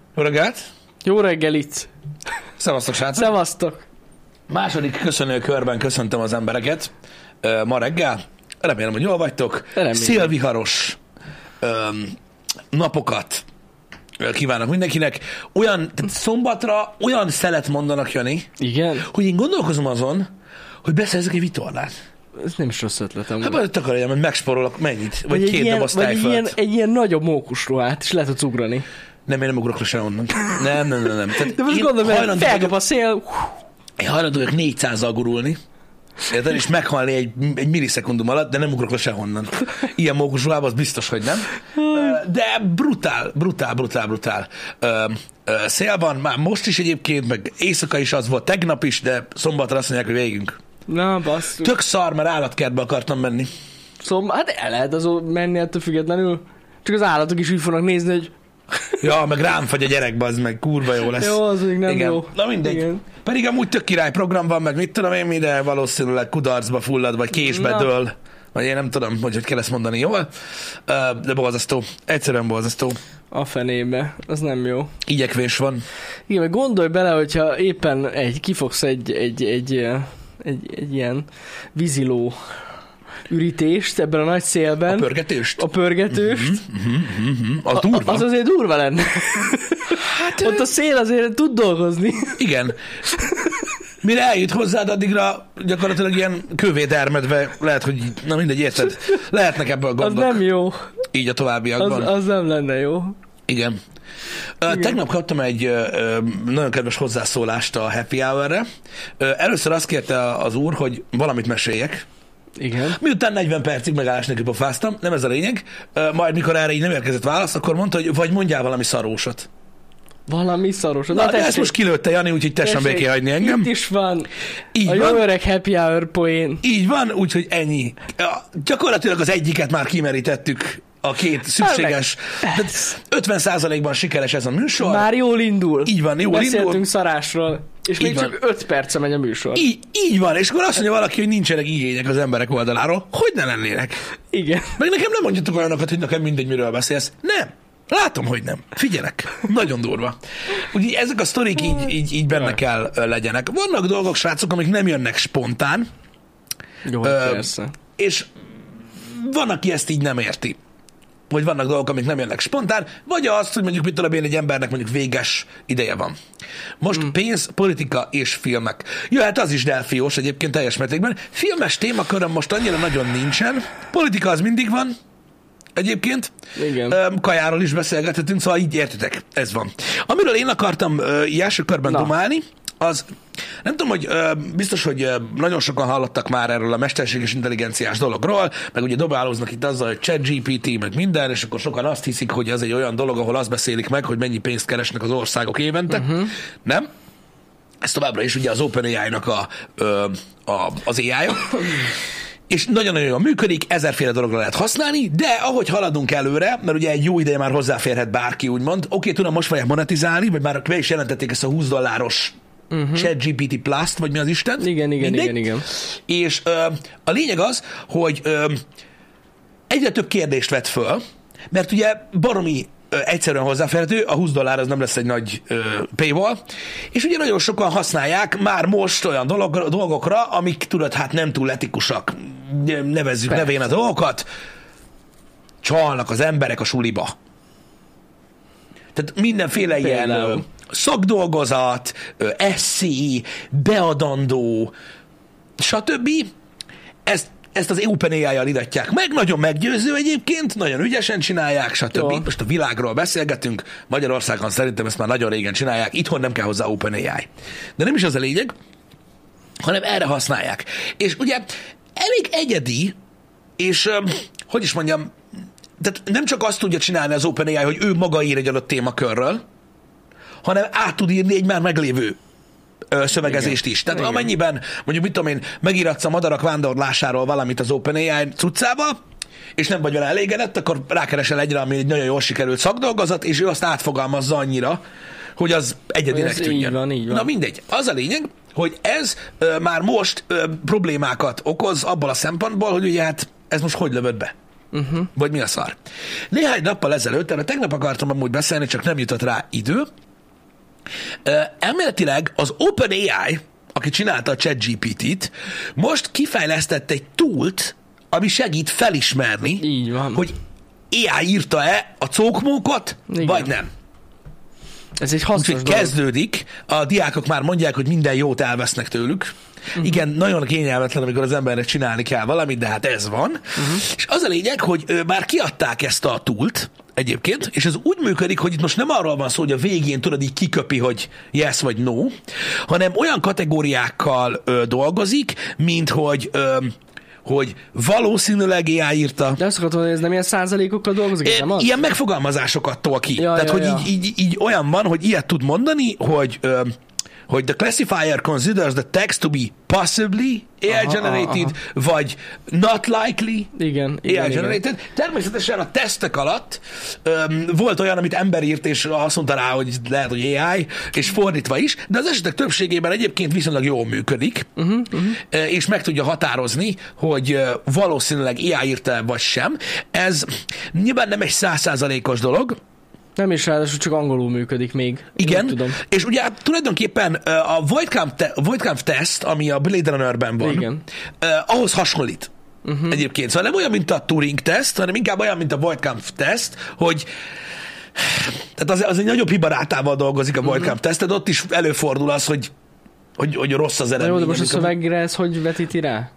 Jó reggelt! Jó reggelit! Szevasztok, srácok! Szevasztok! Második köszönőkörben köszöntöm az embereket ma reggel. Remélem, hogy jól vagytok. Remélem. Szélviharos napokat kívánok mindenkinek. Tehát szombatra olyan szelet mondanak, Jani, Igen? hogy én gondolkozom azon, hogy beszerzek egy vitorlát. Ez nem is rossz ötletem. Hát majd takarodjam, hogy megsporolok mennyit? Vagy két doboz Vagy tájfölt. egy ilyen nagyobb mókusruhát, és le tudsz ugrani. Nem, én nem ugrok le se onnan. Nem. Tehát De most én gondolom, hogy hajlandó felkap a szél. Én hajlandó vagyok 400-zal gurulni, érted, és meghalni egy millisekundum alatt, de nem ugrok le sehonnan. Ilyen mókus ruhában az biztos, hogy nem. De brutál szél van, már most is egyébként, meg éjszaka is az volt, tegnap is, de szombatra azt mondják, hogy végünk. Na, basszus. Tök szar, mert állatkertbe akartam menni. Szóval, hát el lehet azon menni ettől függetlenül. Csak az állatok is úgy fognak nézni, hogy Ja, meg rám fagy a gyerek, az meg kurva jó lesz. jó, az még nem Igen. jó. Na mindegy. Igen. Pedig amúgy tök király program van, meg mit tudom én, de valószínűleg kudarcba fullad, vagy késbe dől. Vagy én nem tudom, hogy kell ezt mondani jól. De borzasztó. Egyszerűen borzasztó. A fenébe. Az nem jó. Igyekvés van. Igen, meg gondolj bele, hogyha éppen kifogsz egy ilyen víziló ürítést ebben a nagy szélben. A pörgetőst? A pörgetőst. Az durva. Az azért durva lenne. Hát, ott a szél azért tud dolgozni. Igen. Mire eljut hozzád, addigra gyakorlatilag ilyen kővé dermedve, lehet, hogy na mindegy, érted? Lehetnek ebből gondok. Az nem jó. Így a továbbiakban. Az nem lenne jó. Igen. Tegnap kaptam egy nagyon kedves hozzászólást a Happy Hour-re. Először azt kérte az úr, hogy valamit meséljek. Igen. Miután 40 percig megállás nélkül pofáztam, nem ez a lényeg, majd mikor erre így nem érkezett válasz, akkor mondta, hogy vagy mondjál valami szarósat. Valami szaros. Na, de ezt most kilőtte, Jani, úgyhogy tessék béké hagyni engem. Itt is van Így a jó van. öreg Happy Hour poén. Így van, úgyhogy ennyi. Gyakorlatilag az egyiket már kimerítettük, a két szükséges. Tehát 50%-ban sikeres ez a műsor. Már jól indul. Így van, jól Beszéltünk indul. szarásról, és Így még van. csak 5 perce megy a műsor. Így van, és akkor azt mondja valaki, hogy nincsenek igények az emberek oldaláról. Hogy ne lennének? Igen. Meg nekem nem mondjatok olyanokat, hogy nekem mindegy, miről beszélsz. Nem. Látom, hogy nem. Figyelek. Nagyon durva. Úgyhogy ezek a sztorik így benne kell legyenek. Vannak dolgok, srácok, amik nem jönnek spontán, Jó, persze. és van, aki ezt így nem érti. Vagy vannak dolgok, amik nem jönnek spontán, vagy azt, hogy mondjuk mit tudom én, egy embernek mondjuk véges ideje van. Most pénz, politika és filmek. Jöhet az is delfiós egyébként teljes mértékben. Filmes témaköröm most annyira nagyon nincsen. Politika az mindig van. Egyébként Igen. Kajáról is beszélgethetünk, szóval így értitek, ez van. Amiről én akartam első körben domálni, az nem tudom, hogy biztos, hogy nagyon sokan hallottak már erről a mesterséges intelligenciás dologról, meg ugye dobálóznak itt azzal, hogy ChatGPT, meg minden, és akkor sokan azt hiszik, hogy ez egy olyan dolog, ahol azt beszélik meg, hogy mennyi pénzt keresnek az országok évente. Nem? Ez továbbra is ugye az OpenAI-nak az AI-ja. És nagyon-nagyon jól működik, ezerféle dologra lehet használni, de ahogy haladunk előre, mert ugye egy jó ideje már hozzáférhet bárki, úgymond, oké, tudom, most fogják monetizálni, vagy már be is jelentették ezt a $20 ChatGPT Plus-t, vagy mi az Isten. Igen. És a lényeg az, hogy egyre több kérdést vet föl, mert ugye baromi egyszerűen hozzáférhető, a $20 az nem lesz egy nagy paywall, és ugye nagyon sokan használják már most olyan dolgokra, amik tudod, hát nem túl etikusak, nevezzük nevén a dolgokat, csalnak az emberek a suliba. Tehát mindenféle ilyen szakdolgozat, eszé, beadandó, stb. Ezt az OpenAI-jal iratják meg, nagyon meggyőző egyébként, nagyon ügyesen csinálják, stb. Jó. Most a világról beszélgetünk, Magyarországon szerintem ezt már nagyon régen csinálják, itthon nem kell hozzá OpenAI. De nem is az a lényeg, hanem erre használják. És ugye elég egyedi, és hogy is mondjam, tehát nem csak azt tudja csinálni az OpenAI, hogy ő maga ír egy adott témakörről, hanem át tud írni egy már meglévő szövegezést is. Tehát amennyiben, mondjuk mit tudom én, megíratsz a madarak vándorlásáról valamit az OpenAI cuccába, és nem vagy vele elégedett, akkor rákeresel egyre, ami egy nagyon jól sikerült szakdolgozat, és ő azt átfogalmazza annyira, hogy az egyedinek tűnjön. Így van. Na mindegy. Az a lényeg, hogy ez már most problémákat okoz abból a szempontból, hogy ugye hát ez most hogy lövöd be? Vagy mi a szar? Néhány nappal ezelőtt, erre tegnap akartam amúgy beszélni, csak nem jutott rá idő. Elméletileg az OpenAI, aki csinálta a ChatGPT-t, most kifejlesztett egy toolt, ami segít felismerni, Így van. hogy AI írta-e a cókmókot, vagy nem. Ez egy hasznos Úgyhogy dolog. kezdődik, a diákok már mondják, hogy minden jót elvesznek tőlük. Igen, nagyon kényelmetlen, amikor az embernek csinálni kell valamit, de hát ez van. És az a lényeg, hogy már kiadták ezt a toolt egyébként, és ez úgy működik, hogy itt most nem arról van szó, hogy a végén tudod így kiköpi, hogy yes vagy no, hanem olyan kategóriákkal dolgozik, mint hogy valószínűleg AI írta. De azt akartam, hogy ez nem ilyen százalékokkal dolgozik, ez nem az? Ilyen megfogalmazásokat tol ki. Tehát, hogy így olyan van, hogy ilyet tud mondani, hogy the classifier considers the text to be possibly AI-generated, vagy not likely AI-generated. Természetesen a tesztek alatt volt olyan, amit ember írt, és azt mondta rá, hogy lehet, hogy AI, és fordítva is, de az esetek többségében egyébként viszonylag jól működik, és meg tudja határozni, hogy valószínűleg AI írta vagy sem. Ez nyilván nem egy 100%-os dolog, Nem is ráadásul csak angolul működik még. Igen, tudom. És ugye tulajdonképpen a Voigtkampf teszt, ami a Blade Runnerben van, Igen. Ahhoz hasonlít. Egyébként. Szóval nem olyan, mint a Turing teszt, hanem inkább olyan, mint a Voigtkampf teszt, hogy tehát az egy nagyobb hibarátával dolgozik a Voigtkampf teszt, tehát ott is előfordul az, hogy rossz az eredmény. Jó, de most a szövegre ez hogy vetíti rá?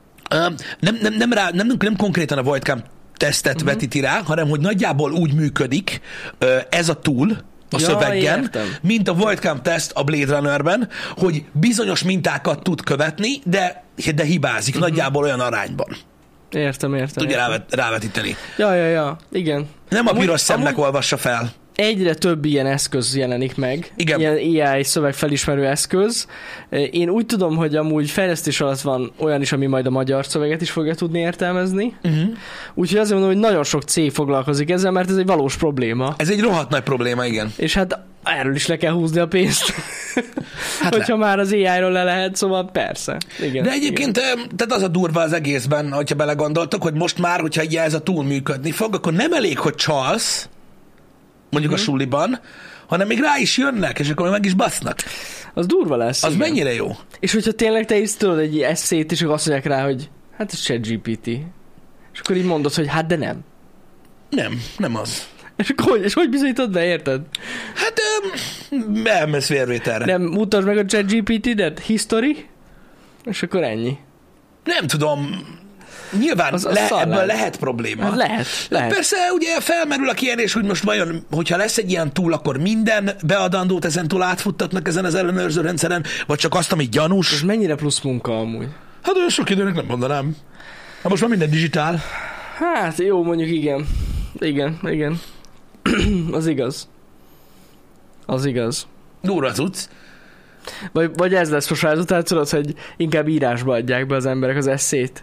Nem konkrétan a Voigtkampf tesztet vetíti rá, hanem hogy nagyjából úgy működik ez a tool a szöveggen, értem. mint a Voigtkampf teszt a Blade Runnerben, hogy bizonyos mintákat tud követni, de hibázik nagyjából olyan arányban. Értem. Tudja rávetíteni. Ja, igen. Nem a piros szemnek olvassa fel. Egyre több ilyen eszköz jelenik meg. Igen. Ilyen AI szövegfelismerő eszköz. Én úgy tudom, hogy amúgy fejlesztés alatt van olyan is, ami majd a magyar szöveget is fogja tudni értelmezni. Úgyhogy azért mondom, hogy nagyon sok cég foglalkozik ezzel, mert ez egy valós probléma. Ez egy rohadt nagy probléma, igen. És hát erről is le kell húzni a pénzt. Hogyha már az AI-ról le lehet, szóval persze. Igen, de egyébként tehát az a durva az egészben, hogyha belegondoltok, hogy most már, hogyha így ez a túl működni fog, akkor nem elég, hogy csalsz, mondjuk a suliban, hanem még rá is jönnek, és akkor meg is basznak. Az durva lesz. Az igen. mennyire jó? És hogyha tényleg te is tudod egy eszét, és akkor azt mondják rá, hogy hát ez ChatGPT. És akkor így mondod, hogy hát de nem. Nem az. És hogy bizonyítod be, érted? Hát elmész vérvételre. Nem mutasd meg a ChatGPT-det? History? És akkor ennyi. Nem tudom. Nyilván ebből lehet probléma. Hát lehet. Persze ugye felmerül a kérdés, hogy most vajon, hogyha lesz egy ilyen túl, akkor minden beadandót ezen túl átfuttatnak ezen az ellenőrző rendszeren, vagy csak azt, ami gyanús. Ez mennyire plusz munka amúgy? Hát olyan sok időnek nem mondanám. Hát most már minden digitál. Hát jó, mondjuk igen. Igen. Az igaz. Durva tudsz. Vagy ez lesz most ezután, tudod, hogy inkább írásba adják be az emberek az eszét.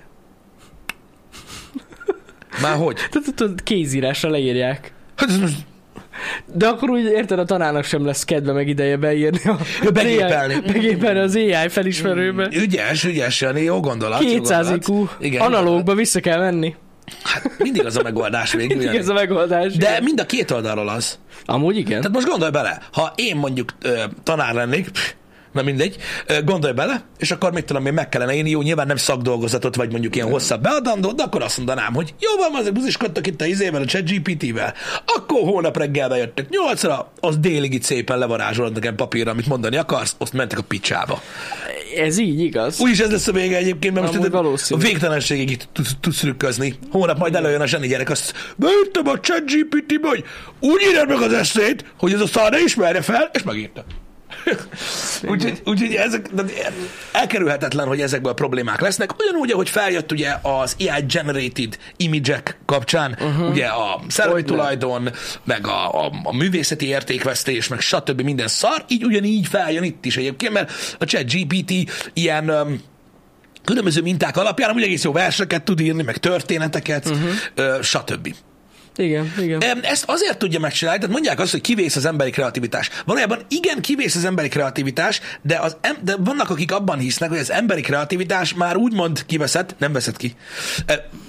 Már hogy? Tehát kézírásra leírják. Hát ez most... De akkor úgy érted, a tanárnak sem lesz kedve meg ideje beírni begépelni az AI felismerőbe. Ügyes, Jani, jó gondolat. 200 IQ. Analógba vissza kell menni. Hát mindig az a megoldás végül. Mindig ez a megoldás. De mind a két oldalról az. Amúgy igen. Tehát most gondolj bele, ha én mondjuk tanár lennék, na mindegy, gondolj bele, és akkor mit tudom én, meg kellene írni, jó, nyilván nem szakdolgozatot, vagy mondjuk ilyen hosszabb beadandó, de akkor azt mondanám, hogy jó van, azért buziskodtak itt a izével, a ChatGPT-vel, akkor hónap reggel bejöttek 8-ra, az délig itt szépen levarázsolod nekem papírra, amit mondani akarsz, azt mentek a picsába. Ez így igaz. Úgyis ez lesz a vége egyébként, mert most a végtelenségig tudsz trükközni. Hónap majd előjön a zseni gyerek, azt beírtam a ChatGPT-be, hogy úgy írjad meg az eszét, hogy ez a szar ne ismerje fel, és megírta. Úgyhogy ezek, elkerülhetetlen, hogy ezekből problémák lesznek. Ugyanúgy, ahogy feljött ugye az AI-generated image-ek kapcsán, ugye a szellemi tulajdon, meg a művészeti értékvesztés, meg stb. Minden szar, így ugyanígy feljön itt is egyébként, mert a ChatGPT ilyen különböző minták alapján amúgy egész jó verseket tud írni, meg történeteket, stb. Igen. Ezt azért tudja megcsinálni, tehát mondják azt, hogy kivész az emberi kreativitás. Valójában igen, kivész az emberi kreativitás, de vannak, akik abban hisznek, hogy az emberi kreativitás már úgymond kiveszett, nem veszed ki.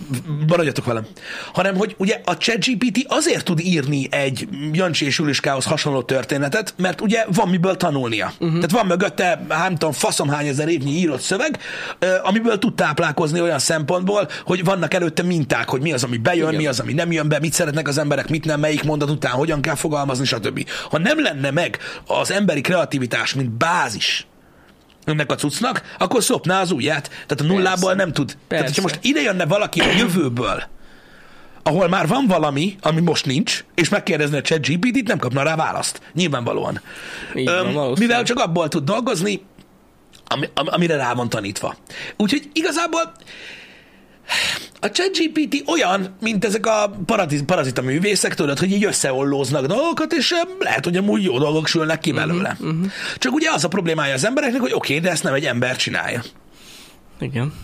maradjatok velem, hanem hogy ugye a ChatGPT azért tud írni egy Jancsi és Juliskához hasonló történetet, mert ugye van miből tanulnia. Tehát van mögötte, nem tudom, faszomhány ezer évnyi írott szöveg, amiből tud táplálkozni olyan szempontból, hogy vannak előtte minták, hogy mi az, ami bejön, igen, mi az, ami nem jön be, mit szeretnek az emberek, mit nem, melyik mondat után hogyan kell fogalmazni, stb. Ha nem lenne meg az emberi kreativitás, mint bázis ennek a cuccnak, akkor szopná az ujját. Tehát a nullából nem tud. Tehát, hogyha most ide jönne valaki a jövőből, ahol már van valami, ami most nincs, és megkérdezni a ChatGPT-t, nem kapna rá választ. Nyilvánvalóan. Mivel csak abból tud dolgozni, amire rá van tanítva. Úgyhogy igazából a ChatGPT olyan, mint ezek a parazita művészek, tudod, hogy így összeollóznak dolgokat, és lehet, hogy amúgy jó dolgok sülnek ki belőle. Csak ugye az a problémája az embereknek, hogy oké, de ezt nem egy ember csinálja. Igen.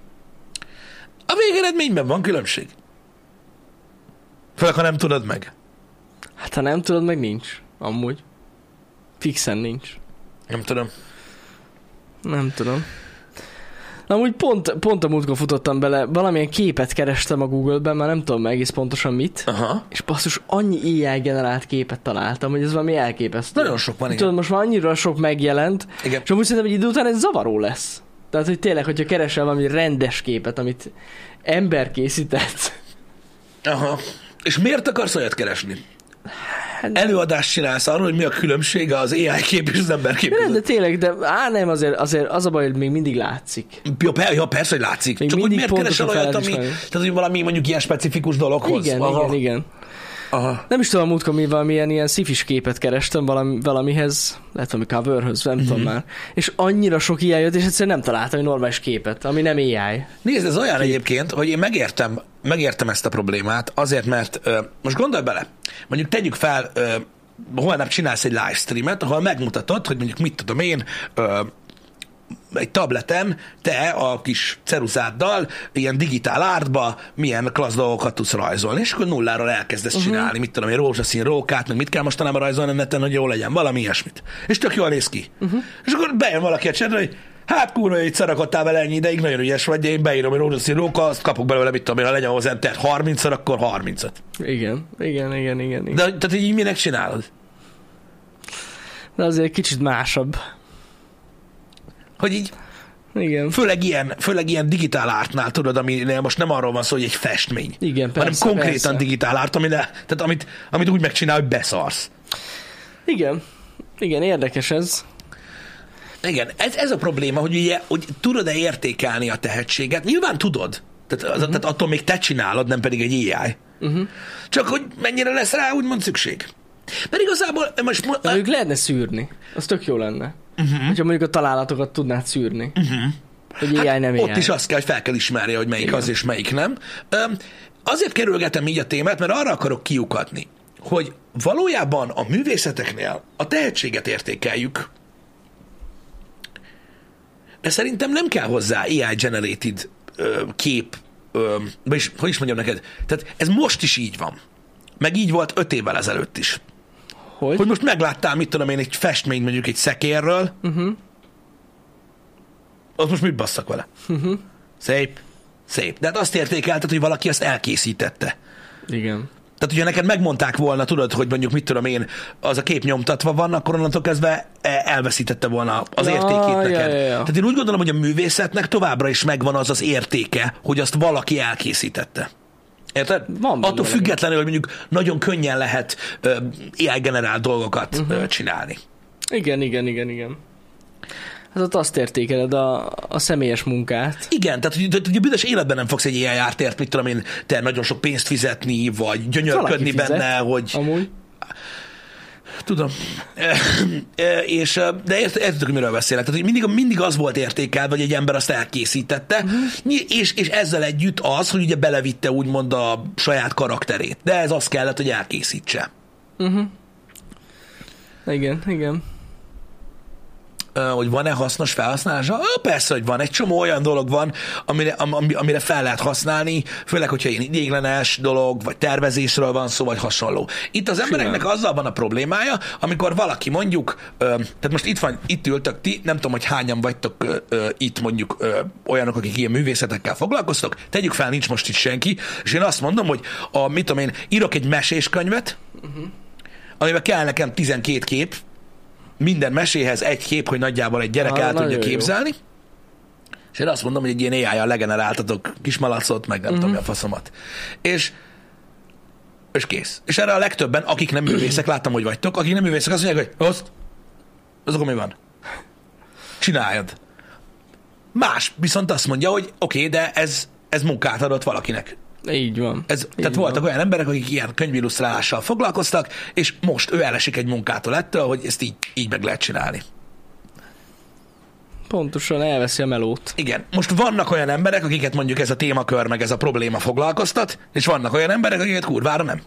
A végeredményben van különbség. Főleg, ha nem tudod meg. Hát, ha nem tudod meg, nincs. Amúgy. Fixen nincs. Nem tudom. Nem tudom. Na, amúgy pont a múltkor futottam bele, valamilyen képet kerestem a Google-ben, már nem tudom meg egész pontosan mit, és basszus, annyi AI generált képet találtam, hogy ez valami elképesztő. Nagyon sok van, igen. Tudod, most már annyira sok megjelent, igen. És amúgy szerintem egy idő után ez zavaró lesz. Tehát, hogy tényleg, hogyha keresel valami rendes képet, amit ember készített. Aha. És miért akarsz olyat keresni? Előadást csinálsz arról, hogy mi a különbsége az AI kép és az ember kép között. De tényleg, de nem, azért az a baj, hogy még mindig látszik. Ja, persze, hogy látszik. Még csak hogy miért keresel olyat, ami, tehát, hogy valami mondjuk ilyen specifikus dologhoz. Igen. Aha. Nem is tudom, múltkor mi valamilyen ilyen szifis képet kerestem valamihez, lehet valami coverhöz, nem tudom már. És annyira sok AI jött, és egyszerűen nem találtam egy normális képet, ami nem AI. Nézd, ez olyan egyébként, hogy én megértem ezt a problémát, azért, mert most gondolj bele, mondjuk tegyük fel, holnap csinálsz egy livestreamet, ahol megmutatod, hogy mondjuk mit tudom én, egy tableten te a kis ceruzáddal ilyen digitál artba milyen klassz dolgokat tudsz rajzolni, és akkor nulláról elkezdesz csinálni, mit tudom én, rózsaszín rókát, meg mit kell mostanában rajzolni a neten, hogy jó legyen, valami ilyesmit. És tök jól néz ki. És akkor bejön valaki a csetre, hogy hát kurva, hogy szarakodtál vele ennyi ideig, nagyon ügyes vagy, de én beírom, hogy rózsaszín róka, azt kapok belőle, mit tudom én, ha legyen hozzá entert 30-szor, akkor 30-at. Igen. De tehát így minek csinálod? De azért kicsit másabb. Hogy így, igen. Főleg ilyen digitál ártnál, tudod, aminél most nem arról van szó, hogy egy festmény, igen, persze, hanem konkrétan persze. Digitál árt, tehát amit úgy megcsinál, hogy beszarsz. Igen, érdekes ez. Igen, ez a probléma, hogy ugye, hogy tudod-e értékelni a tehetséget? Nyilván tudod. Tehát attól még te csinálod, nem pedig egy AI. Csak hogy mennyire lesz rá úgymond szükség. Mert igazából most... ők lehetne szűrni. Az tök jó lenne. Hogyha mondjuk a találatokat tudnád szűrni. Hogy AI nem AI. Ott is azt kell, hogy fel kell ismerje, hogy melyik az és melyik nem. Azért kerülgetem így a témát, mert arra akarok kiukadni, hogy valójában a művészeteknél a tehetséget értékeljük, de szerintem nem kell hozzá AI-generated kép, vagyis, hogy is mondjam neked, tehát ez most is így van. Meg így volt 5 évvel ezelőtt is. Hogy most megláttál, mit tudom én, egy festményt mondjuk egy szekérről, ott most mit basszak vele? Szép. De hát azt értékelted, hogy valaki azt elkészítette. Igen. Tehát, hogyha neked megmondták volna, tudod, hogy mondjuk mit tudom én, az a kép nyomtatva van, akkor onnantól kezdve elveszítette volna az értékét neked. Ja. Tehát én úgy gondolom, hogy a művészetnek továbbra is megvan az az értéke, hogy azt valaki elkészítette. Érted? Attól függetlenül, hogy mondjuk nagyon könnyen lehet AI generált dolgokat csinálni. Igen. Hát ott azt értékeled a személyes munkát. Igen, tehát hogy a büdös életben nem fogsz egy AI ártért, mit tudom én, te nagyon sok pénzt fizetni, vagy gyönyörködni benne, hogy... Amúgy. Tudom. De érted, hogy miről beszélek. Tehát, hogy mindig az volt értékelve, hogy egy ember azt elkészítette, és ezzel együtt az, hogy ugye belevitte úgymond a saját karakterét. De ez az kellett, hogy elkészítse. Igen. hogy van-e hasznos felhasználása? Persze, hogy van. Egy csomó olyan dolog van, amire fel lehet használni, főleg, hogyha ilyen idéglenes dolog, vagy tervezésről van szó, vagy hasonló. Itt az embereknek azzal van a problémája, amikor valaki mondjuk, tehát most itt ültök ti, nem tudom, hogy hányan vagytok itt mondjuk olyanok, akik ilyen művészetekkel foglalkoztok, tegyük fel, nincs most itt senki, és én azt mondom, hogy mit tudom én, írok egy meséskönyvet, amiben kell nekem 12 kép, minden meséhez egy kép, hogy nagyjából egy gyerek el tudja képzelni, és én azt mondom, hogy egy ilyen AI-jal legeneráltatok kismalacot, meg nem tudom, mi a faszomat. És kész. És erre a legtöbben, akik nem művészek, láttam, hogy vagytok, akik nem művészek, azt mondják, hogy az akkor mi van? Csináljad. Más viszont azt mondja, hogy oké, de ez munkát adott valakinek. Így van. Tehát voltak olyan emberek, akik ilyen könyvillusztrálással foglalkoztak, és most ő elesik egy munkától ettől, hogy ezt így meg lehet csinálni. Pontosan elveszi a melót. Igen. Most vannak olyan emberek, akiket mondjuk ez a témakör, meg ez a probléma foglalkoztat, és vannak olyan emberek, akiket kurvára nem.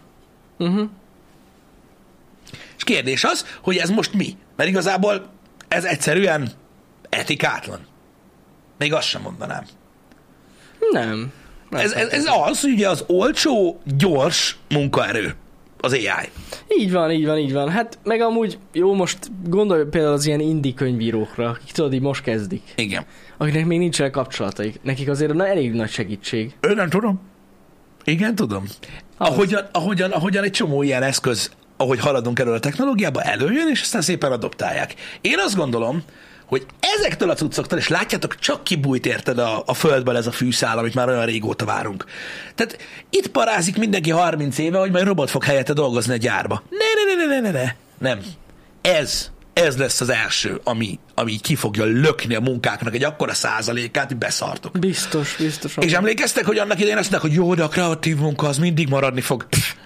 És kérdés az, hogy ez most mi? Mert igazából ez egyszerűen etikátlan. Még azt sem mondanám. Nem. Ez az, hogy ugye az olcsó, gyors munkaerő, az AI. Így van. Hát meg amúgy, jó, most gondolj például az ilyen indie könyvírókra, akik tudod, így most kezdik. Igen. Akiknek még nincsenek kapcsolataik. Nekik azért elég nagy segítség. Nem tudom. Igen, tudom. Ahogyan egy csomó ilyen eszköz, ahogy haladunk elő a technológiába, előjön, és aztán szépen adoptálják. Én azt gondolom, hogy ezektől a cuccoktól, és látjátok, csak kibújt érted a földből ez a fűszál, amit már olyan régóta várunk. Tehát itt parázik mindenki 30 éve, hogy majd robot fog helyette dolgozni a gyárba. Ne. Nem. Ez lesz az első, ami ki fogja lökni a munkáknak egy akkora százalékát, hogy beszartok. Biztos. És emlékeztek, hogy annak idején azt mondták, hogy jó, de a kreatív munka az mindig maradni fog.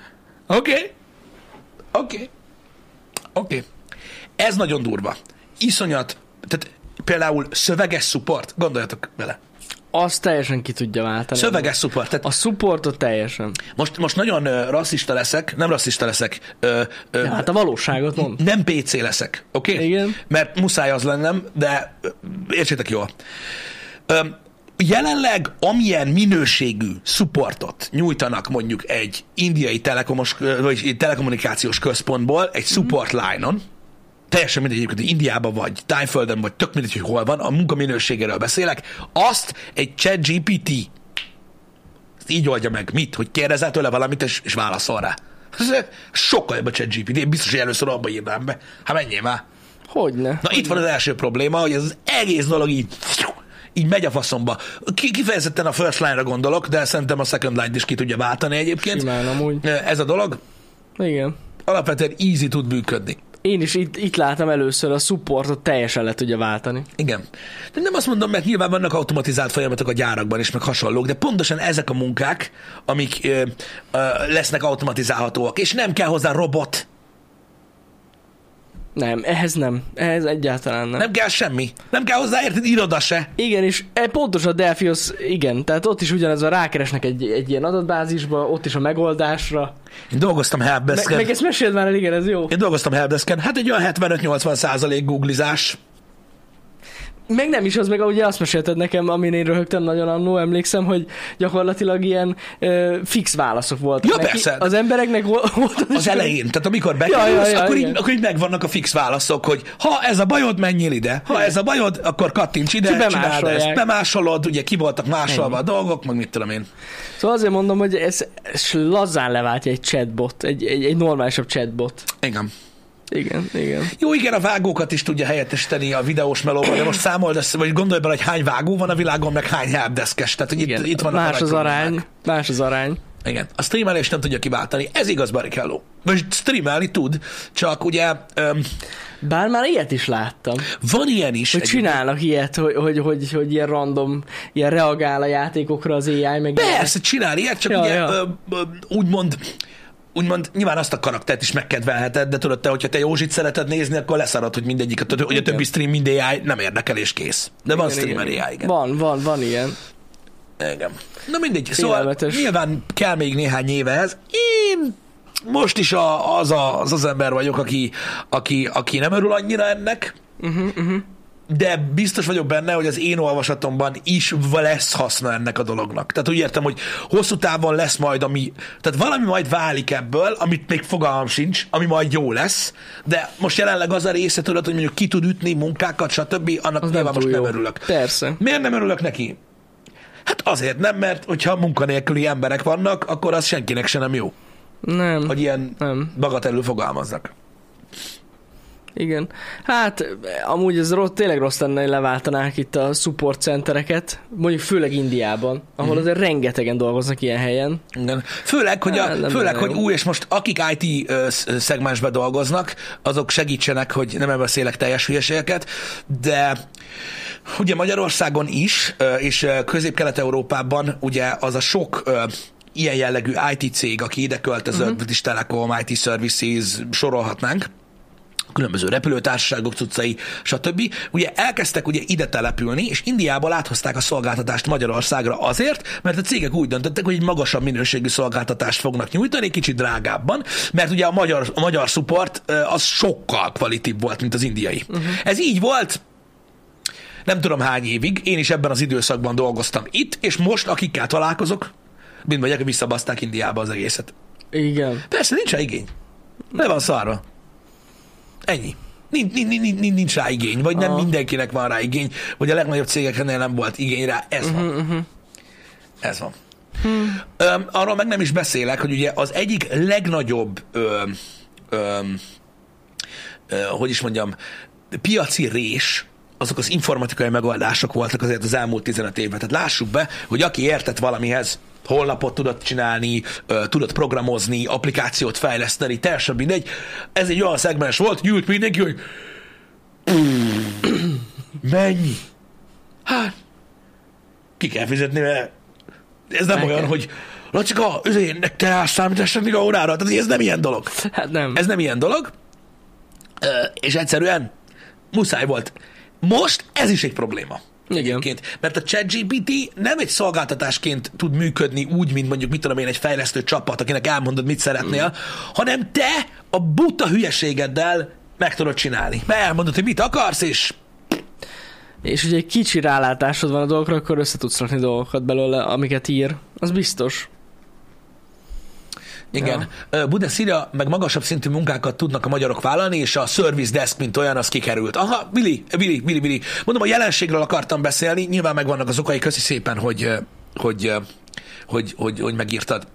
Oké. Ez nagyon durva. Iszonyat. Tehát például szöveges support, gondoljatok bele. Azt teljesen ki tudja váltani. Szöveges support. Tehát a supportot teljesen. Most nagyon rasszista leszek, nem rasszista leszek. Hát a valóságot mond. Nem PC leszek, oké? Igen. Mert muszáj az lennem, de értsétek jól. Jelenleg amilyen minőségű supportot nyújtanak mondjuk egy indiai vagy telekommunikációs központból, egy support line-on, teljesen mindegy egyébként, hogy Indiában vagy, Tájföldön vagy, tök mindegy, hogy hol van, a munka minőségéről beszélek, azt egy ChatGPT így oldja meg. Mit? Hogy kérdezel tőle valamit, és válaszol rá. Ez sokkal jobb a ChatGPT. Én biztos, hogy először abba írnám be. Hát menjél már. Hogyne. Na itt van az első probléma, hogy ez az egész dolog így megy a faszomba. Kifejezetten a first line-ra gondolok, de szerintem a second line-t is ki tudja váltani egyébként. Simán, amúgy. Ez a dolog. Igen. Alapvetően easy tud működni. Én is itt látom először a supportot teljesen le tudja váltani. Igen. De nem azt mondom, mert nyilván vannak automatizált folyamatok a gyárakban is, meg hasonlók, de pontosan ezek a munkák, amik lesznek automatizálhatóak, és nem kell hozzá robot. Nem, ehhez egyáltalán nem. Nem kell semmi. Nem kell hozzá, érted, iroda se. Igen, és pontosan a Delphios, igen, tehát ott is ugyanez a rákeresnek egy ilyen adatbázisba, ott is a megoldásra. Én dolgoztam helpdesken. Meg ezt meséld már el, igen, ez jó. Én dolgoztam helpdesken, hát egy olyan 75-80% googlizás. Meg nem is az, meg ugye azt mesélted nekem, amin én röhögtem nagyon annó, emlékszem, hogy gyakorlatilag ilyen fix válaszok voltak ja, neki. Persze. Az embereknek volt az elején, tehát amikor bekerülsz, akkor így megvannak a fix válaszok, hogy ha ez a bajod, menjél ide. Ha ez a bajod, akkor kattints ide, csináld ezt. Bemásolod, ugye ki voltak másolva a dolgok, meg mit tudom én. Szóval azért mondom, hogy ez lazán leváltja egy chatbot, egy normálisabb chatbot. Igen. Igen. Jó, igen, a vágókat is tudja helyettesíteni a videós melóban, de most számold ezt, vagy gondolj bele, hogy hány vágó van a világon, meg hány helpdeskes. Tehát, hogy itt vannak más az arány. Igen, a streamelést nem tudja kiváltani. Ez igaz, Barrichello. Vagy streamelni tud, csak ugye... Bár már ilyet is láttam. Van ilyen is. Hogy csinálnak ilyet, hogy ilyen random, ilyen reagál a játékokra az AI, meg... Persze, csinál ilyet, csak ugye úgymond nyilván azt a karaktert is megkedvelheted, de tudod te, hogyha te Józsit szereted nézni, akkor leszarad, hogy mindegyik, hogy a többi stream mind AI, nem érdekel és kész. De van streamer AI, igen. Van ilyen. Igen. Na mindegy, szóval nyilván kell még néhány évehez. Én most is az ember vagyok, aki nem örül annyira ennek. de biztos vagyok benne, hogy az én olvasatomban is lesz haszna ennek a dolognak. Tehát úgy értem, hogy hosszú távon lesz majd, tehát valami majd válik ebből, amit még fogalmam sincs, ami majd jó lesz, de most jelenleg az a része, tudod, hogy mondjuk ki tud ütni munkákat, stb., annak Az nyilván most nem örülök. Persze. Miért nem örülök neki? Hát azért nem, mert hogyha munkanélküli emberek vannak, akkor az senkinek se nem jó, Nem. hogy ilyen bagatelül fogalmaznak. Igen. Hát amúgy ez tényleg rossz lenne, hogy leváltanák itt a support centereket, mondjuk főleg Indiában, ahol azért rengetegen dolgoznak ilyen helyen. Igen. Főleg, hogy új, és most akik IT szegmensben dolgoznak, azok segítsenek, hogy nem beszélek teljes hülyeségeket, de ugye Magyarországon is, és Közép-Kelet-Európában ugye az a sok ilyen jellegű IT cég, aki ide költözött, British Telecom, IT Services, sorolhatnánk, különböző repülőtársaságok cuccai, stb. Ugye elkezdtek ugye ide települni, és Indiából áthozták a szolgáltatást Magyarországra azért, mert a cégek úgy döntöttek, hogy egy magasabb minőségű szolgáltatást fognak nyújtani, kicsit drágábban, mert ugye a magyar support az sokkal kvalitív volt, mint az indiai. Ez így volt, nem tudom hány évig, én is ebben az időszakban dolgoztam itt, és most akikkel találkozok, mind mondják, visszabaszták Indiába az egészet. Igen. Persze, nincs rá igény. Le van szarva. Ennyi. Nincs rá igény, vagy nem mindenkinek van rá igény, vagy a legnagyobb cégeknél nem volt igény rá. Ez van. Ez van. Arról meg nem is beszélek, hogy ugye az egyik legnagyobb hogy is mondjam, piaci rés, azok az informatikai megoldások voltak azért az elmúlt 15 évben. Tehát lássuk be, hogy aki értett valamihez, honlapot tudott csinálni, tudott programozni, applikációt fejleszteni, teljesen mindegy. Ez egy olyan szegmens volt, gyűlt mindenki, hogy mennyi? Hát, ki kell fizetni, mert ez nem olyan, hogy Lacika, ennek te számításnak a órára. Tehát ez nem ilyen dolog. Hát nem. Ez nem ilyen dolog, és egyszerűen muszáj volt. Most ez is egy probléma. Egyébként. Mert a ChatGPT nem egy szolgáltatásként tud működni úgy, mint mondjuk, mit tudom én, egy fejlesztő csapat, akinek elmondod, mit szeretnél, hanem te a buta hülyeségeddel meg tudod csinálni. Mert elmondod, hogy mit akarsz, és ugye egy kicsi rálátásod van a dolgokra, akkor össze tudsz rakni dolgokat belőle, amiket ír. Az biztos. Igen. Ja. Bundesliga meg magasabb szintű munkákat tudnak a magyarok vállalni, és a service desk, mint olyan, az kikerült. Aha, Vili. Mondom, a jelenségről akartam beszélni, nyilván megvannak az okai, köszi szépen, hogy megírtad.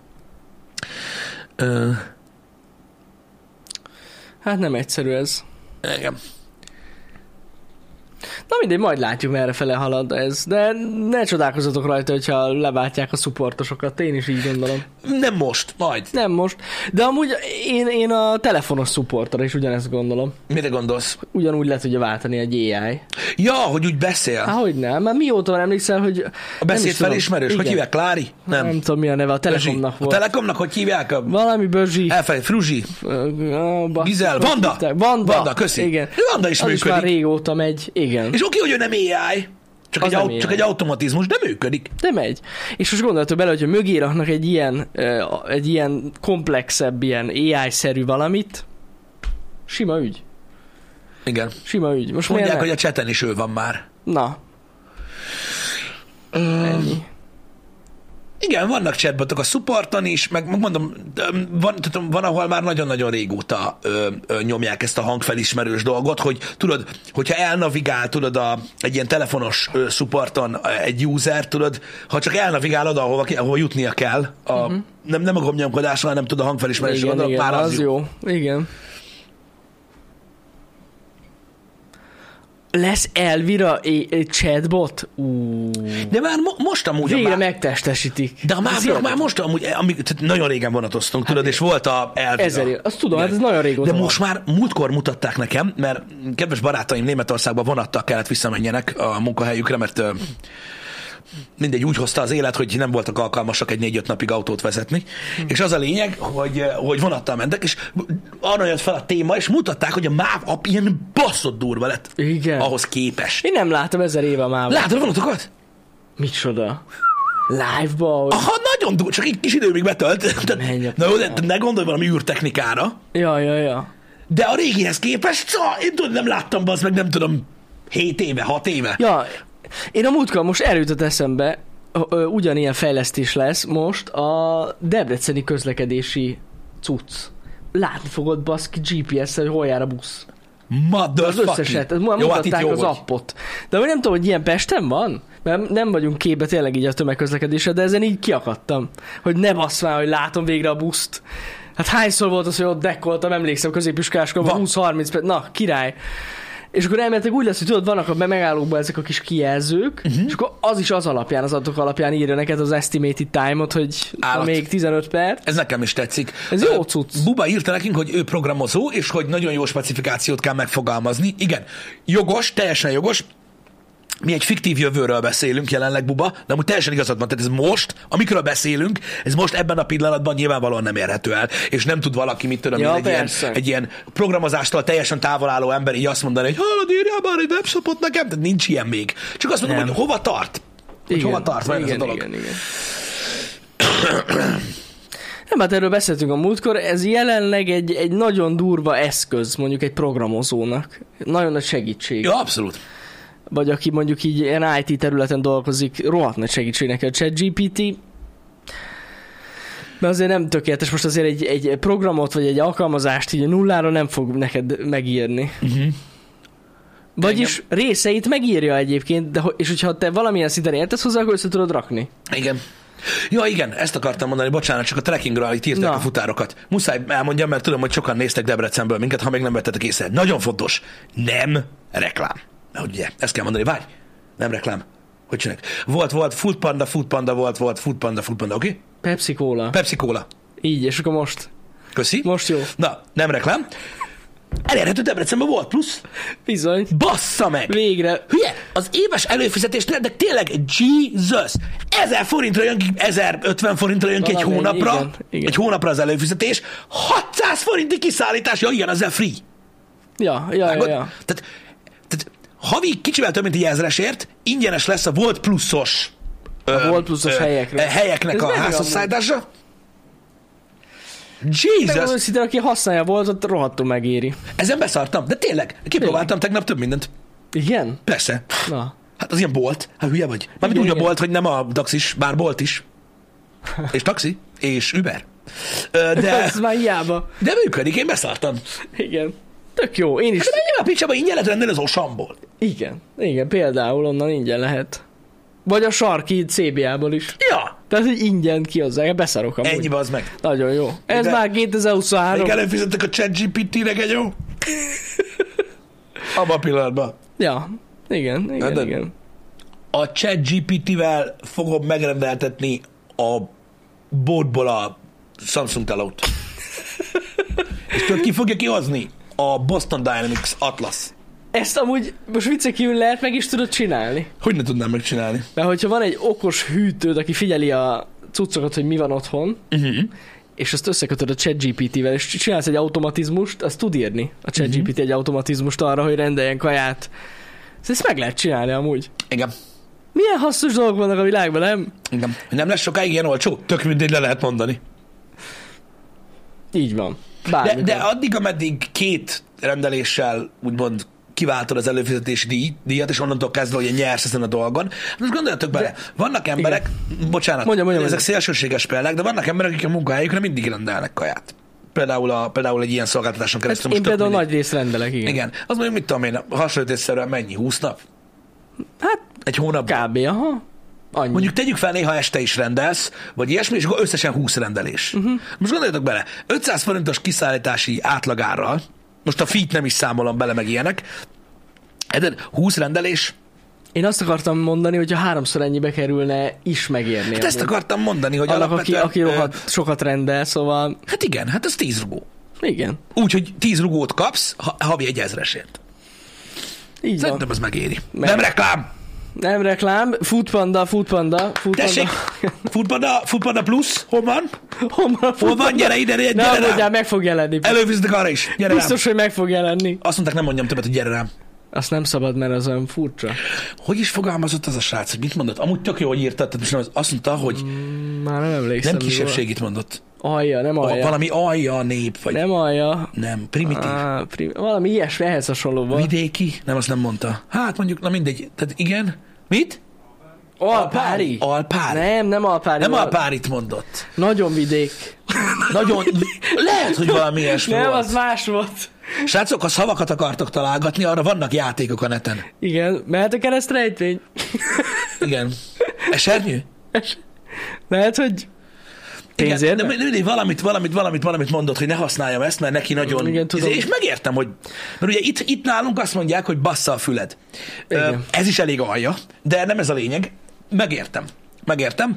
Hát nem egyszerű ez. Igen. Na mindegy, majd látjuk, merre fele halad ez. De ne csodálkozzatok rajta, hogyha leváltják a supportosokat. Én is így gondolom. Nem most, majd. Nem most. De amúgy én a telefonos supportra is ugyanezt gondolom. Mire gondolsz? Ugyanúgy le tudja váltani egy AI. Ja, hogy úgy beszél. Há, hogy nem. Már mióta van, emlékszel, hogy... A beszéd felismerős. Hogy hívják? Klári? Nem tudom, mi a neve. A Telekomnak volt. A Telekomnak hogy hívják? Valami Bözsi. Fruzsi. Gizel. Vanda, köszi. Igen. Vanda is működik. Az már régóta megy. Igen. És oké, hogy ő nem AI, csak egy automatizmus, de működik. De megy. És most gondoltok bele, hogyha mögé raknak egy ilyen komplexebb, ilyen AI-szerű valamit, sima ügy. Igen. Sima ügy. Most mondják, hogy a chaten is ő van már. Na. Ennyi. Igen, vannak chatbotok a supporton is, meg mondom, van, ahol már nagyon-nagyon régóta nyomják ezt a hangfelismerős dolgot, hogy tudod, hogyha elnavigál, tudod, egy ilyen telefonos supporton egy user, tudod, ha csak elnavigál oda, ahova jutnia kell, nem a gombnyomkodásra, hanem tudod a hangfelismerős gondolok, már az jó. Igen. Lesz Elvira egy chatbot? De már most amúgy... Végre megtestesítik. De már most amúgy, nagyon régen vonatoztunk, tudod, és volt a Elvira. 1000 év. Azt tudom, hát ez nagyon régóta. De most már múltkor mutatták nekem, mert kedves barátaim Németországban vonattal kellett visszamenjenek a munkahelyükre, mert mindegy, úgy hozta az élet, hogy nem voltak alkalmasak egy 4-5 napig autót vezetni. És az a lényeg, hogy vonattal mentek, és arra jött fel a téma, és mutatták, hogy a MÁV app ilyen baszott durva lett. Igen. Ahhoz képes. Én nem láttam 1000 éve a MÁV. Látod a vonatokat? Micsoda? Live-ba? Aha, nagyon durva, csak egy kis idő még betölt. Na jó, de ne gondolj valami űrtechnikára. Ja. De a régihez képest, én tudom, nem láttam, bazd meg, nem tudom, 7 éve, 6 éve. Ja, én a múltkor most erőtött eszembe, ugyanilyen fejlesztés lesz most a debreceni közlekedési cucc. Látni fogod baszki GPS-szel, hogy hol jár a busz. Az összeset, mutatták az appot. De hogy nem tudom, hogy ilyen Pesten van? Mert nem vagyunk képbe tényleg így a tömegközlekedésre, de ezen így kiakadtam. Hogy ne bassz már, hogy látom végre a buszt. Hát hányszor volt az, hogy ott dekkoltam, emlékszem, középiskáskorban 20-30 perc, na, király. És akkor elméletileg úgy lesz, hogy tudod, vannak a megállókban ezek a kis kijelzők, és akkor az is az alapján, az adatok alapján írja neked az estimated time-ot, hogy még 15 perc. Ez nekem is tetszik. Ez jó cucc. Buba írta nekünk, hogy ő programozó, és hogy nagyon jó specifikációt kell megfogalmazni. Igen, jogos, teljesen jogos. Mi egy fiktív jövőről beszélünk jelenleg, Buba, de amúgy teljesen igazad van, tehát ez most, amikről beszélünk, ez most ebben a pillanatban nyilvánvalóan nem érhető el, és nem tud valaki, mit tudom, ja, egy ilyen programozástól teljesen távol álló ember így azt mondani, hogy hallod, írjál már egy webshopot nekem, tehát nincs ilyen még. Csak azt mondom, hogy hova tart? Hogy hova tart vajon ez a dolog? Igen. Nem, hát erről beszéltünk a múltkor, ez jelenleg egy nagyon durva eszköz, mondjuk egy programozónak. Nagyon nagy segítség. Ja, abszolút. Vagy aki mondjuk így ilyen IT területen dolgozik, rohadt nagy segítség neki a ChatGPT. Mert azért nem tökéletes, most azért egy programot, vagy egy alkalmazást így nullára nem fog neked megírni. Vagyis részeit megírja egyébként, de, és hogyha te valamilyen szinten értesz hozzá, akkor össze tudod rakni. Igen. Ja, igen, ezt akartam mondani, bocsánat, csak a trekkingről itt írták a futárokat. Muszáj elmondjam, mert tudom, hogy sokan néztek Debrecenből minket, ha még nem vettetek észre. Nagyon fontos, nem reklám. Ugye, ezt kell mondani, várj, nem reklám. Hogy csinálják? Volt, Foodpanda volt, Foodpanda, oké? Okay? Pepsi Cola. Így, és akkor most. Köszi. Most jó. Na, nem reklám. Elérhető Debrecenben volt plusz. Bizony. Bassza meg! Végre. Hülye, az éves előfizetés, de tényleg, Jesus! 1000 forintra jön ki, 1050 forintra jön ki egy hónapra. Igen. Egy hónapra az előfizetés. 600 forinti kiszállítás, ja, igen, ezzel free. Ja. Tehát havi kicsivel több, mint egy 1000-esért ingyenes lesz a Volt pluszos helyeknek a házhozszállítása. Jesus! Megmondom őszintén, aki használja Voltot, rohadtul megéri. Ezen beszartam, de tényleg, kipróbáltam tegnap több mindent. Igen? Persze. Na. Hát az ilyen bolt, hát hülye vagy. Mármint úgy a bolt, hogy nem a taxis, bár bolt is. És taxi, és Uber. De ez már hiába. De működik, én beszartam. Igen. Tök jó, én is. Hát menjél a picsába, ingyen lehet rendelni az Osamból. Igen, például onnan ingyen lehet. Vagy a sarki CBA-ból is. Ja. Tehát, hogy ingyen kihozzák, beszarok amúgy. Ennyi az meg. Nagyon jó. Ez de már 2023. Még előfizettek a ChatGPT-nek egy jó. Abban a pillanatban. Ja, igen. A ChatGPT-vel fogom megrendeltetni a boltból a Samsung telót. És tudod, ki fogja kihozni? A Boston Dynamics Atlas. Ezt amúgy most viccen kívül lehet meg is tudod csinálni. Hogy ne tudnám megcsinálni? Mert hogyha van egy okos hűtőd, aki figyeli a cuccokat, hogy mi van otthon, és azt összekötöd a ChatGPT-vel, és csinálsz egy automatizmust, azt tud írni a ChatGPT egy automatizmust arra, hogy rendeljen kaját. Ezt meg lehet csinálni amúgy. Igen. Milyen hasznos dolgok vannak a világban, nem? Igen. Nem lesz sokáig ilyen olcsó? Tök mindegy, le lehet mondani. Így van. De addig, ameddig 2 rendeléssel úgymond kiváltod az előfizetési díjat, és onnantól kezdve, hogy nyersz ezen a dolgon. Most gondoljatok bele, vannak emberek, bocsánat, mondja. Ezek szélsőséges példák, de vannak emberek, akik a munkahelyükre mindig rendelnek kaját. Például egy ilyen szolgáltatáson keresztül. Én például nagy részt rendelek, igen. Igen. Az mondjuk, mit tudom én, hasonlítésszerűen mennyi? 20 nap? Hát, egy hónap. Kb. Aha. Annyi. Mondjuk tegyük fel, néha este is rendelsz, vagy ilyesmi, és akkor összesen 20 rendelés. Most gondoljatok bele, 500 forintos kiszállítási átlagárral, most a feet nem is számolom bele, meg ilyenek, de 20 rendelés. Én azt akartam mondani, hogy ha 3-szor ennyibe kerülne, is megérni. Hát ezt akartam mondani, hogy annak, aki sokat rendel, szóval... Hát igen, hát ez 10 rugó. Igen. Úgyhogy 10 rugót kapsz, havi egy 1000-esért. Így szerintem van. az megéri. Nem reklám! Nem reklám. Foodpanda. Tessék, Foodpanda Plus, hol van? Hol van? Gyere ide, gyere rám. Nem, meg fog jelenni. Előfizetek arra is. Gyere biztos, rám. Hogy meg fog jelenni. Azt mondták, nem mondjam többet, hogy gyere rám. Azt nem szabad, mert az olyan furcsa. Hogy is fogalmazott az a srác, hogy mit mondott? Amúgy tök jó, hogy írtad, tehát most azt mondta, hogy Már nem emlékszem. nem kisebbségit mondott. Alja, nem alja. Valami alja nép, vagy Nem alja. nem, primitív. Valami ilyesmi, ehhez hasonlóval. Vidéki? Nem, azt nem mondta. Hát mondjuk, na mindegy. Tehát igen. Mit? Alpári? Alpári. Nem alpári. Nem alpárit mondott. Nagyon vidék. Nagyon... Lehet, hogy valami ilyesmi Nem, volt. az más volt. Srácok, ha szavakat akartok találgatni, arra vannak játékok a neten. Igen, mehet a keresztrejtvény? Igen. Esernyő? Lehet, hogy pénzért? Igen, de mindig valamit mondott, hogy ne használjam ezt, mert neki nagyon... Igen, tudom. És megértem, hogy... Mert ugye itt nálunk azt mondják, hogy bassza a füled. Igen. Ez is elég alja, de nem ez a lényeg. Megértem.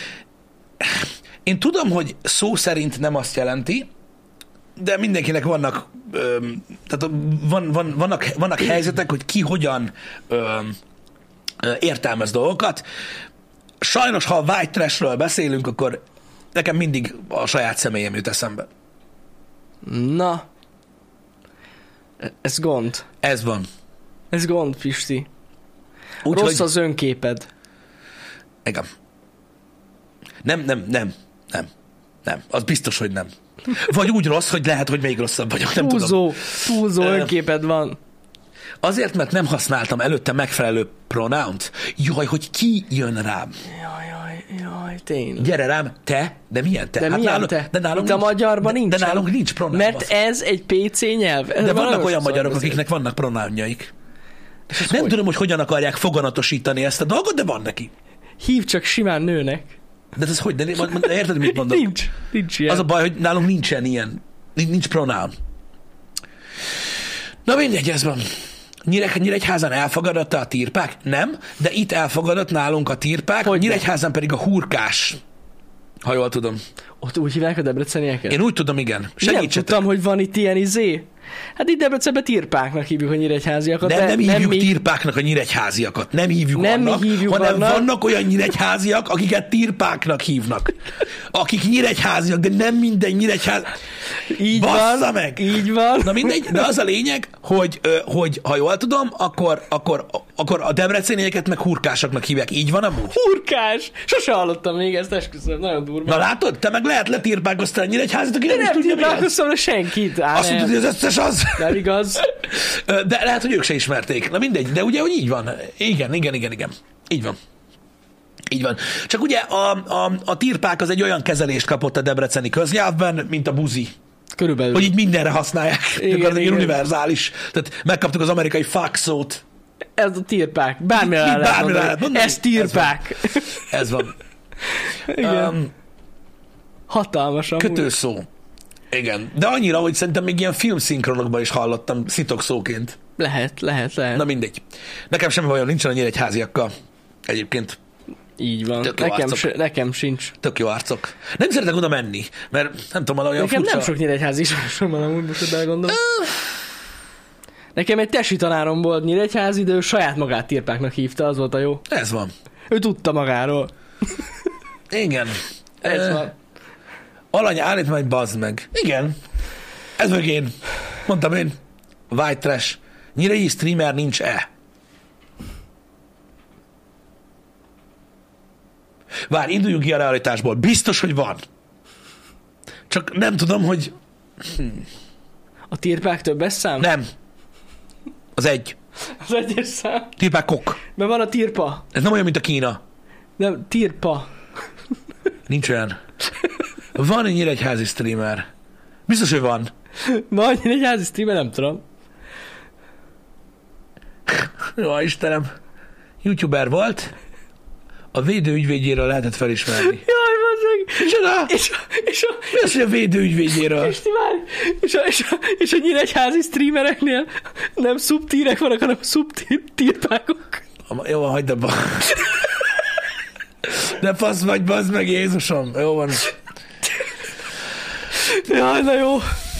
Én tudom, hogy szó szerint nem azt jelenti, de mindenkinek vannak, tehát vannak helyzetek, hogy ki hogyan értelmez dolgokat. Sajnos, ha a white trashről beszélünk, akkor nekem mindig a saját személyem jut eszembe. Na. Ez gond. Ez van. Ez gond, Pisti. Úgyhogy... Rossz az önképed. Igen. Nem. Az biztos, hogy nem. Vagy úgy rossz, hogy lehet, hogy még rosszabb vagyok, nem tudom. Túlzó önképed van. Azért, mert nem használtam előtte megfelelő pronount. Jaj, hogy ki jön rám. Jaj, tényleg. Gyere rám, te, de milyen te? De milyen nálunk, te? De nálunk Itt a magyarban nincs. De nálunk nincs pronoun. Mert ez egy PC nyelv. De vannak olyan magyarok, akiknek vannak pronounjaik. Nem tudom, hogy hogyan akarják foganatosítani ezt a dolgot, de van neki. Hív csak simán nőnek. De ez hogy? De érted, mit mondok? Nincs ilyen. Az a baj, hogy nálunk nincsen ilyen. Nincs pronoun. Na mindegy, ez van. Nyíregyházan elfogadott a tirpák? Nem, de itt elfogadott nálunk a tirpák, Hogy Nyíregyházan pedig a hurkás. Ha jól tudom. Ott úgy hívják a debrecenieket? Én úgy tudom, igen. Nem Segítsetek. tudtam, hogy van itt ilyen izé. Hát itt Debrecenben tirpáknak hívjuk a nyíregyháziakat. Nem hívjuk mi... tirpáknak a nyíregyháziakat. Nem hívjuk nem annak, mi hívjuk hanem annak. vannak olyan nyíregyháziak, akiket tirpáknak hívnak. Akik nyíregyháziak, de nem minden nyíregyház... Így Bassza van, meg! így van. Na mindegy, de az a lényeg, hogy ha jól tudom, akkor a debrecenieket meg hurkásoknak hívják. Így van amúgy? Hurkás! Sose hallottam még ezt, esküszöm, nagyon durva. Na látod? Te meg lehet letirpálkoztál a nyíregyházat, aki nem is Nem tudja, mi az. tirpálkoztam le senkit. Azt mondod, hogy az összes az? Nem igaz. De lehet, hogy ők se ismerték. Na mindegy, de ugye, hogy így van. Igen. Így van. Csak ugye a tirpák az egy olyan kezelést kapott a debreceni köznyelvben, mint a buzi. Körülbelül. Hogy így mindenre használják. Igen. Univerzális. Tehát megkaptuk az amerikai fuck szót. Ez a tirpák. Bármire lehet mondani. Ez tirpák. Ez van. Igen. Hatalmas amúgy. Kötőszó. Igen. De annyira, hogy szerintem még ilyen filmszinkronokban is hallottam szitokszóként. Lehet. Na mindegy. Nekem semmi bajom nincsen a nyíregyháziakkal. Egyébként. Így van. Tök jó arcok. Nekem sincs. Tök jó arcok. Nem szeretek oda menni, mert nem tudom, olyan Nekem furcsa. nem sok nyíregyházi ismerősöm van amúgy, most belegondolom. Nekem egy tesi tanárom volt nyíregyházi, de ő saját magát tirpáknak hívta, az volt a jó. Ez van. Ő tudta magáról. Igen. Ez van. Alany, állít majd, bazd meg. Igen. Ez meg én. Mondtam én. White trash. Nyíregyi streamer nincs-e? Várj, induljunk ki a realitásból. Biztos, hogy van. Csak nem tudom, hogy... A tirpák többes szám? Nem. Az egy. Az egyes szám. Tirpákok. Mert van a tirpa. Ez nem olyan, mint a Kína. Nem, tirpa. Nincs olyan. Van egy nyíregyházi streamer. Biztos, hogy van. Van nyíregyházi streamer, nem tudom. Jó, Istenem. YouTuber volt. A védőügyvédjéről lehetett felismerni. Jaj, bazzeg! Micsoda? Mi az, hogy a védőügyvédjéről? És a nyíregyházi streamereknél nem szubtírek vannak, hanem szubtirpákok. Jó van, hagyd abba. De fasz vagy, bazd meg, Jézusom. Jó van. Jaj, na jó.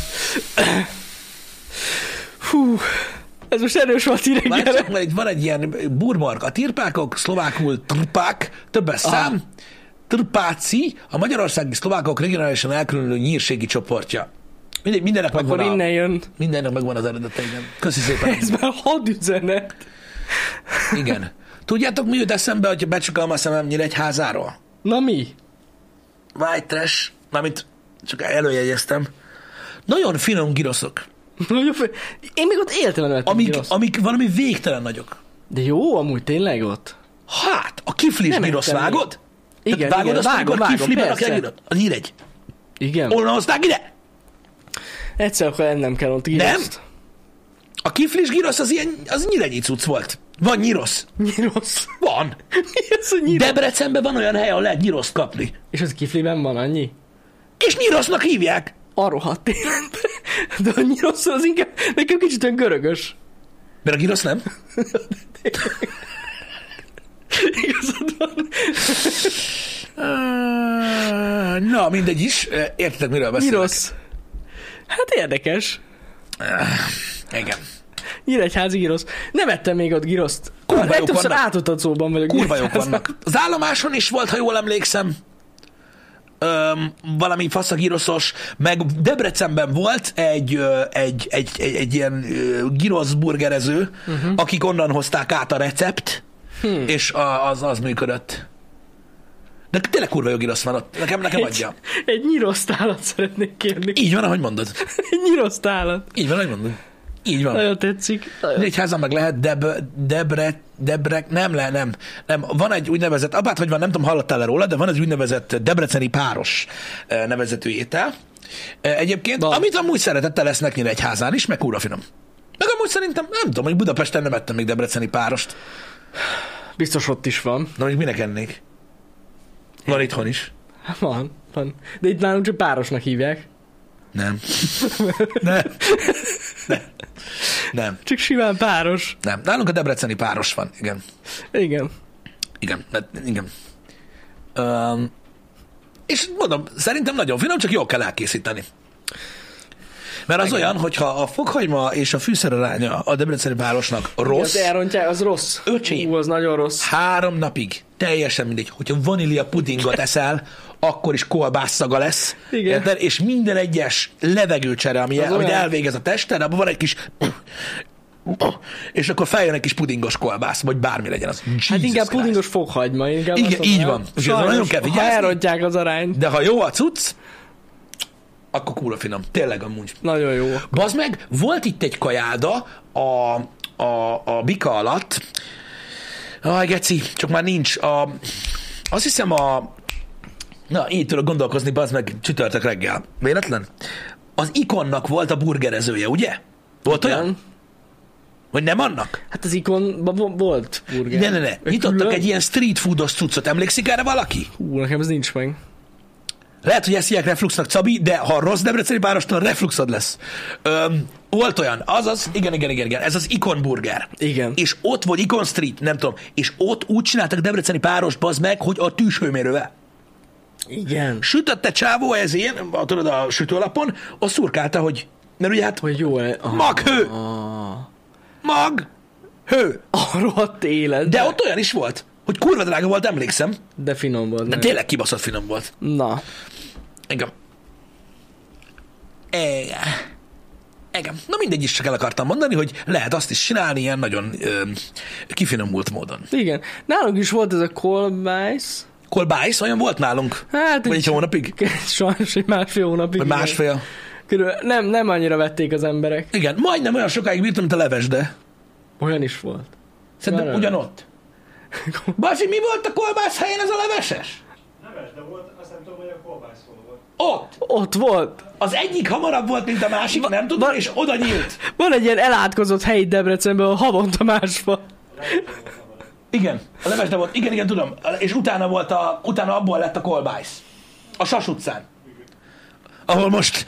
Hú, ez most erős volt reggel. Mert itt van egy ilyen burmark. A tirpákok, szlovákul trpák, többes szám. Trpáci, a magyarországi szlovákok regionálisan elkülönülő nyírségi csoportja. Mindennek megvan Akkor innen jön. Mindennek megvan az eredete, igen. Köszi szépen. Ez már hadüzenet. Igen. Tudjátok, mi jut eszembe, hogyha becsukálom a szemem Nyíregyházáról? Na mi? White trash, mármint csak előjegyeztem. Nagyon finom giroszok. Én még ott éltem amik valami végtelen nagyok. De jó, amúgy tényleg ott. Hát, a kiflis girosz vágod? Igen, vágod igen, azt, vágom, kifliben persze. rakják girosz? Az Nyíregy. Igen. Onnan hozták ide? Egyszer akkor ennem kell ott giroszt. Nem? A kiflis girosz az ilyen, az nyíregyi cucc volt. Van nyirosz. Nyirosz. Van. Mi az a nyirosz? Debrecenben van olyan hely, ahol lehet nyiroszt kapni. És az kifliben van annyi? És nyirosznak hívják. A rohadt életben. De a nyirosz az inkább nekem kicsit olyan görögös. Mert a girosz nem? Igazad van. Na, mindegy is. Értitek, miről beszélek? Nyirosz. Hát érdekes. Igen. Nyíregyházi girosz. Nem ettem még ott giroszt. Kurva jók Legtöbbször vannak. átutacóban vagyok. Kurva jók Nyíregyházban. vannak. Az állomáson is volt, ha jól emlékszem, valami faszagiroszos, meg Debrecenben volt egy ilyen giroszburgerező, akik onnan hozták át a recept, és az működött. De tényleg kurva jó girosz van ott. Nekem adja. Egy nyirosztálat szeretnék kérni. Így van, ahogy mondod. Egy nyirosztálat. Így van, ahogy mondod. Így van. Nagyon tetszik. Nyíregyházan meg lehet nem. Van egy úgynevezett, abát, hogy van, nem tudom, hallottál-e róla, de van egy úgynevezett debreceni páros nevezetű étel. Egyébként, amit amúgy szeretettel lesznek Nyíregyházán is, meg kurva finom. Meg amúgy szerintem, nem tudom, hogy Budapesten nem ettem még debreceni párost. Biztos ott is van. Na, még minek ennék? Van itthon is. Van. De itt nálunk csak párosnak hívják. Nem. Nem. Csak simán páros. Nem. Nálunk a debreceni páros van, igen. Igen. Igen. És mondom, szerintem nagyon finom, csak jól kell elkészíteni. Mert az olyan, hogyha a fokhagyma és a fűszeraránya a debreceni párosnak rossz, Az elrontják, az rossz. Öcsém. Az nagyon rossz. 3 napig, teljesen mindegy, hogyha vanília pudingot eszel, akkor is kolbászaga lesz. Igen. Érted? És minden egyes levegőcsere, amit olyan. elvégez a tested, abban van egy kis... És akkor feljön egy kis pudingos kolbász, vagy bármi legyen az. Hát Jesus inkább Christ. pudingos fokhagyma. Inkább Igen, azt így mondom, van. Úgyhogy ezzel nagyon kell ha vigyázni. elrontják az arányt. De ha jó a cucc, akkor kurva finom. Tényleg amúgy. Nagyon jó. Bazd meg, volt itt egy kajáda a bika alatt. Aj, geci, csak már nincs. Azt hiszem na, így tudok gondolkozni, bazd meg, csütörtök reggel. Véletlen? Az Ikonnak volt a burgerezője, ugye? Volt Igen. olyan? Vagy nem annak? Hát az Ikonban volt burger. Ne. Nyitottak egy ilyen street foodos cuccot. Emlékszik erre valaki? Hú, nekem ez nincs meg. Lehet, hogy ezt hívják refluxnak, Cabi, de ha rossz debreceni párostól, refluxod lesz. Volt olyan, azaz, igen, ez az Ikon burger. Igen. És ott volt Ikon Street, nem tudom, és ott úgy csináltak debreceni párost, bazd meg, hogy a tűzhőmérővel. Igen. Sütötte csávó ezén, tudod, a sütőlapon, azt szurkálta, hogy, mert ugye hát Hogy jó. maghő, maghő. A rohadt élet. De ott olyan is volt, hogy kurva drága volt, emlékszem, De finom volt. de meg. tényleg kibaszott finom volt. Na. Igen. Igen. Na mindegy is, csak el akartam mondani, hogy lehet azt is csinálni ilyen nagyon kifinomult módon. Igen. Nálunk is volt ez a kolbász. Kolbász, olyan volt nálunk? Hát Vagy egy hónapig? Sajnos egy másfél hónapig. Vagy igen. másfél? Körül, nem annyira vették az emberek. Igen, majdnem olyan sokáig bírtam, mint a leves, de Olyan is volt. szerintem Várjál. ugyanott. Bafi, mi volt a kolbász helyen ez a leveses? Neves, de volt, azt nem tudom, hogy a kolbászról volt. Ott. Ott volt. Az egyik hamarabb volt, mint a másik, nem tudom, és oda nyílt. Van egy ilyen elátkozott hely itt Debrecenben, ahol havonta másfa. Igen, a leves de volt. Igen, tudom. És utána abból lett a kolbász. A Sas utcán. Ahol most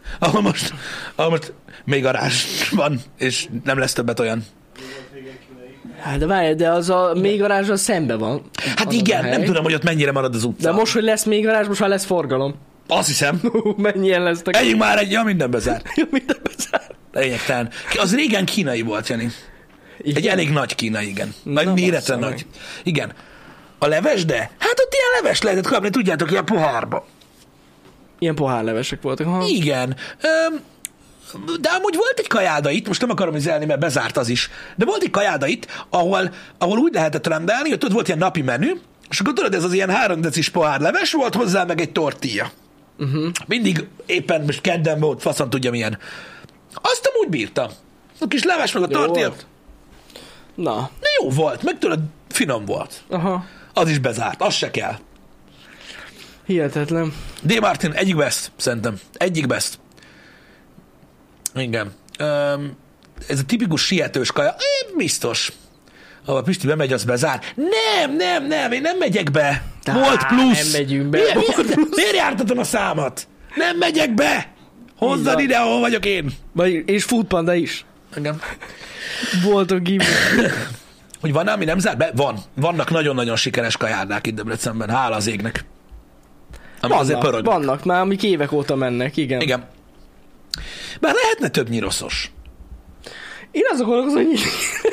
még garázs van, és nem lesz többet olyan. Hát de várj, de az a mélygarázsal szembe van. Hát az igen, a hely. nem tudom, hogy ott mennyire marad az utca. De most, hogy lesz mélygarázs, most már lesz forgalom. Azt hiszem. Mennyien lesznek. Együnk már egy, minden bezárt. Minden bezár. Lényegtelen. Az régen kínai volt, Jani. Igen. Egy elég nagy kínai, igen. Nagy Na, méretre bassza nagy. Igen. A leves, de? Hát ott ilyen leves lehetett kapni, tudjátok, ilyen pohárba. Ilyen pohárlevesek voltak. Ha. Igen. De amúgy volt egy kajáda itt, most nem akarom üzelni, mert bezárt az is, de volt egy kajáda itt, ahol úgy lehetett rendelni, hogy ott volt ilyen napi menü, és akkor tudod, ez az ilyen 3 decis pohárleves volt hozzá, meg egy tortilla. Mindig éppen most kedden volt, faszon tudja milyen. Azt amúgy bírta. A kis leves, meg a tortilla. Na. De jó volt, meg tudod, finom volt. Aha. Az is bezárt, az se kell. Hihetetlen. D. Martin, egyik best, szerintem. Egyik best. Igen. Ez a tipikus sietős kaja. Biztos. Ha a Pisti bemegy, az bezár. Nem, én nem megyek be. Volt plusz. Nem megyünk be. Miért jártatom a számat? Nem megyek be. Hozzad ide, ahol vagyok én. És Food Panda is. Igen. Boltok gimbe. Hogy van, ami nem zár be? Van. Vannak nagyon-nagyon sikeres kajárdák itt Debrecenben. Hála az égnek. Vannak, már amik évek óta mennek, igen. Igen. Bár lehetne több nyiroszos. Én azok gondolkozom, hogy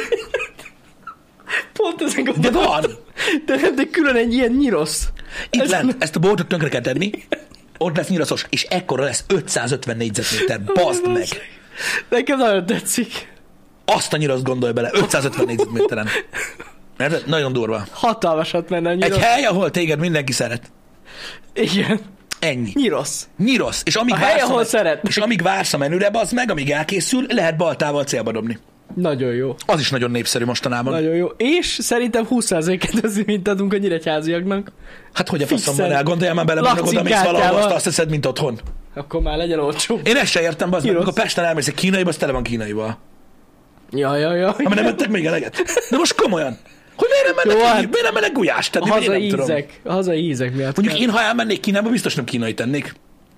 pont ezen De van. De külön egy ilyen nyirosz. Itt lent, ezt a boltot tönkre kell tenni, ott lesz nyiroszos, és ekkora lesz 550 négyzetméter. Bazd meg. Nekem nagyon tetszik. Azt a nyiroszt gondolj bele, 550 négyzetméteren. Mert nagyon durva. Hatalmasat menne a nyirosz. Egy hely, ahol téged mindenki szeret. Igen. Ennyi. Nyirosz. Nyirosz. És amíg, A hely, ahol szeret. és amíg vársz a menüre, bazd meg, amíg elkészül, lehet baltával célba dobni. Nagyon jó. Az is nagyon népszerű mostanában. Nagyon jó. És szerintem 20%-et mint adunk a nyíregyháziaknak. Hát hogy a faszomban elgondoljál már bele, hogy oda mész valahol, azt teszed, mint otthon. Akkor már legyen olcsó. Én ezt se értem, bazd meg, amikor Pesten elmész egy kínaiba, az tele van kínaival. Ja. Ami nem ettek még eleget. De most komolyan. Hogy miért nem mennek gulyást tenni? A hazai ízek miatt. Mondjuk én, ha elmennék Kínába, biztos nem kínai tennék.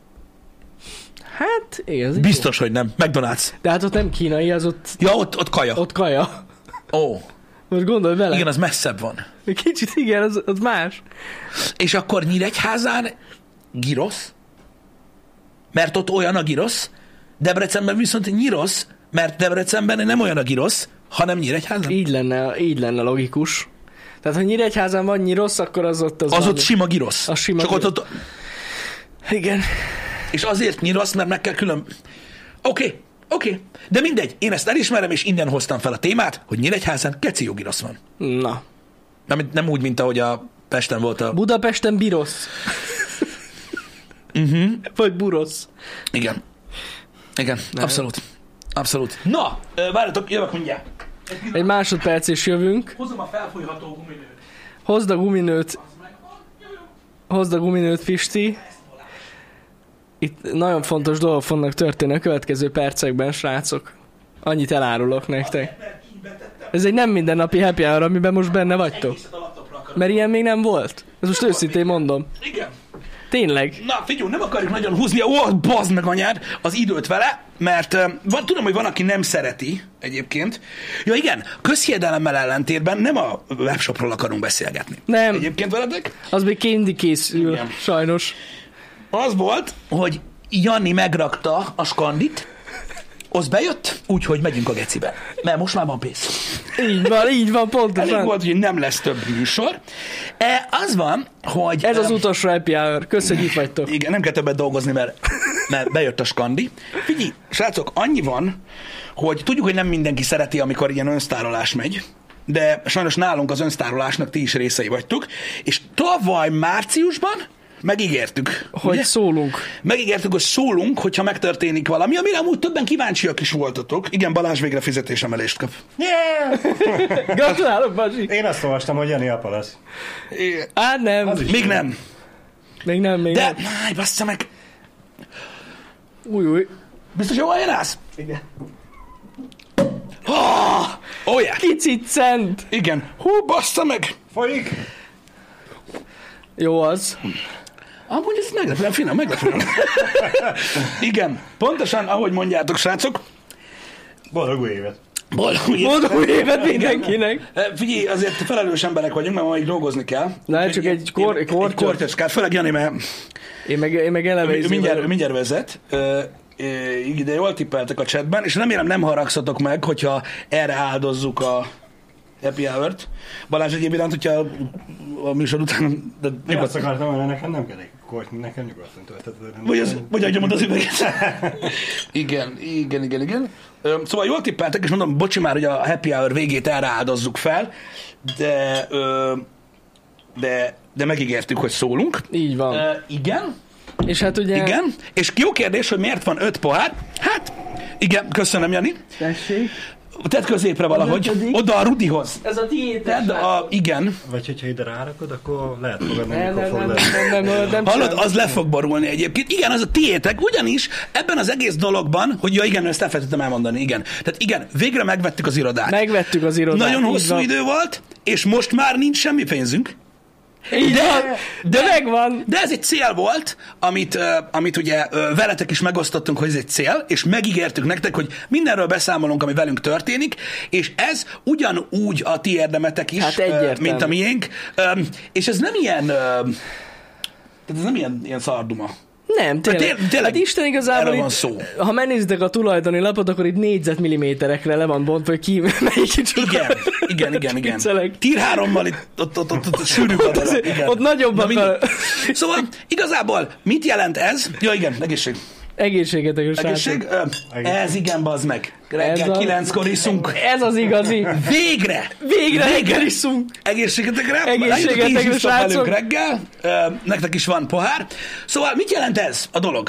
Hát, igaz. Biztos, hogy nem. McDonald's. De hát ott nem kínai, az ott... Ja, ott kaja. Ott kaja. Ó. Most gondolj bele. Igen, az messzebb van. Kicsit igen, az más. És akkor Nyíregyházán gyrosz? Mert ott olyan a gyrosz. Debrecenben viszont nyirosz, mert Debrecenben nem olyan a gyrosz, hanem Nyíregyházán. Így lenne logikus. Tehát, ha Nyíregyházán van nyirosz, akkor az ott az ott sima gyrosz. Az sima csak gyrosz. ott... Igen. És azért nyirosz, mert meg kell külön... Oké. De mindegy, én ezt elismerem, és innen hoztam fel a témát, hogy Nyíregyházán keci jó gyrosz van. Na. Nem úgy, mint ahogy a Pesten volt a... Budapesten birosz. Vagy burosz. Igen. Abszolút. Na, várjatok, jövök mindjárt. Egy másodperc és jövünk. Hozom a felfújható guminőt. Hozd a guminőt, Pisti. Itt nagyon fontos dolgok fognak történni a következő percekben, srácok. Annyit elárulok nektek. Ez egy nem mindennapi happy hour, amiben most benne vagytok. Mert ilyen még nem volt. Ez most őszintén mondom. Igen. Tényleg. Na, figyelj, nem akarjuk nagyon húzni, bazd meg anyád, az időt vele, mert tudom, hogy van, aki nem szereti egyébként. Ja igen, közhiedelemmel ellentétben nem a webshopról akarunk beszélgetni. Nem. Egyébként veletek? Az még kéndi készül, Igen. sajnos. Az volt, hogy Jani megrakta a skandit, az bejött, úgyhogy megyünk a gecibe. Mert most már van pénz. Így van, pontosan. Elég volt, hogy nem lesz több műsor. Az van, hogy... Ez az utolsó happy hour. Köszönjük, itt vagytok. Igen, nem kell többet dolgozni, mert bejött a skandi. Figyelj, srácok, annyi van, hogy tudjuk, hogy nem mindenki szereti, amikor ilyen önsztárolás megy, de sajnos nálunk az önsztárolásnak ti is részei vagytok, és tavaly márciusban megígértük. Hogy ugye? szólunk. Megígértük, hogy szólunk, hogyha megtörténik valami, amire amúgy többen kíváncsiak is voltatok. Igen, Balázs végre fizetésemelést kap. Yeah! Gratulálok, Bazsi. Én azt olvastam, hogy Jani apa lesz. Á, nem. Még nem. Még nem. De, bassza meg. Új. Biztos jól jársz? Igen. Oh, yeah. Kiciccent. Igen. Bassza meg. Folyik! Jó az. Amúgy ez meglepően finom, Igen, pontosan, ahogy mondjátok, srácok. Boldog új évet! Boldog új évet mindenkinek! Figyelj, azért felelős emberek vagyunk, mert ma még dolgozni kell. Na, csak egy kortyocskát, főleg Jani, mert én meg eleve mindjárt vezet. De jól tippeltek a chatben, és remélem nem haragszatok meg, hogyha erre áldozzuk a happy hour-t. Balázs egyéb iránt, hogyha a műsor után... Én azt akartam, hogy nekem nem kell. Akkor nekem nyugodtan tölteted. Vagy adjam oda az üveget. Igen. Szóval jól tippeltek, és mondom, bocsi már, hogy a happy hour végét erre áldozzuk fel, de megígértük, hogy szólunk. Így van. Igen. És hát ugye... Igen. És jó kérdés, hogy miért van 5 pohár? Hát, igen, köszönöm, Jani. Tessék. Tedd középre valahogy. Oda a Rudihoz. Ez a tiéd. Igen. Vagy hogyha ide rárakod, akkor lehet fogadni, Nem, amikor nem, fog nem, le. nem. Hallod, az le fog borulni egyébként. Igen, az a tiétek, ugyanis ebben az egész dologban, hogy ja igen, ezt elfelejtettem elmondani, igen. Tehát igen, végre megvettük az irodát. Megvettük az irodát. Nagyon hosszú idő volt, és most már nincs semmi pénzünk. De megvan. De ez egy cél volt, amit ugye veletek is megosztottunk, hogy ez egy cél, és megígértük nektek, hogy mindenről beszámolunk, ami velünk történik, és ez ugyanúgy a ti érdemetek is, Hát mint a miénk. És ez nem ilyen, tehát ez nem ilyen szarduma. Nem, tényleg. Hát Isten igazából erről van itt, szó. ha megnézitek a tulajdoni lapot, akkor itt négyzetmilliméterekre le van bontva, hogy ki melyik kicsoda. Igen. Viccelek. Tier 3-mal ott sűrűbb a dolog. Igen. Ott nagyobbak a... Szóval igazából mit jelent ez? Ja igen, egészség. Egészségetek, Egészség? Ez igen, bazd meg. Reggel 9-kor iszunk. Ez az igazi. Végre reggel iszunk. Egészségetekre. Egészségetekre, srácok. Reggel. Nektek is van pohár. Szóval mit jelent ez a dolog?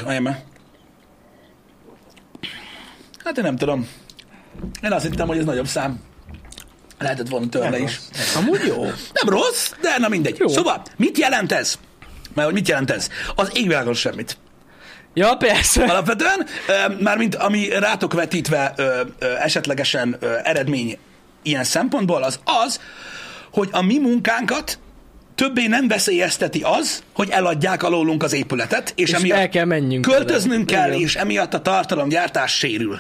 Hát én nem tudom. Én azt hittem, hogy ez nagyobb szám. Lehetett volna tőle is. Amúgy jó. Nem rossz, de na mindegy. Jó. Szóval, mit jelent ez? Mert hogy mit jelent ez? Az égvilágon semmit. Ja, persze. Alapvetően, mármint ami rátok vetítve esetlegesen eredmény ilyen szempontból, az, hogy a mi munkánkat többé nem veszélyezteti az, hogy eladják alólunk az épületet, és emiatt el kell menjünk költöznünk kell, igen. és emiatt a tartalomgyártás sérül.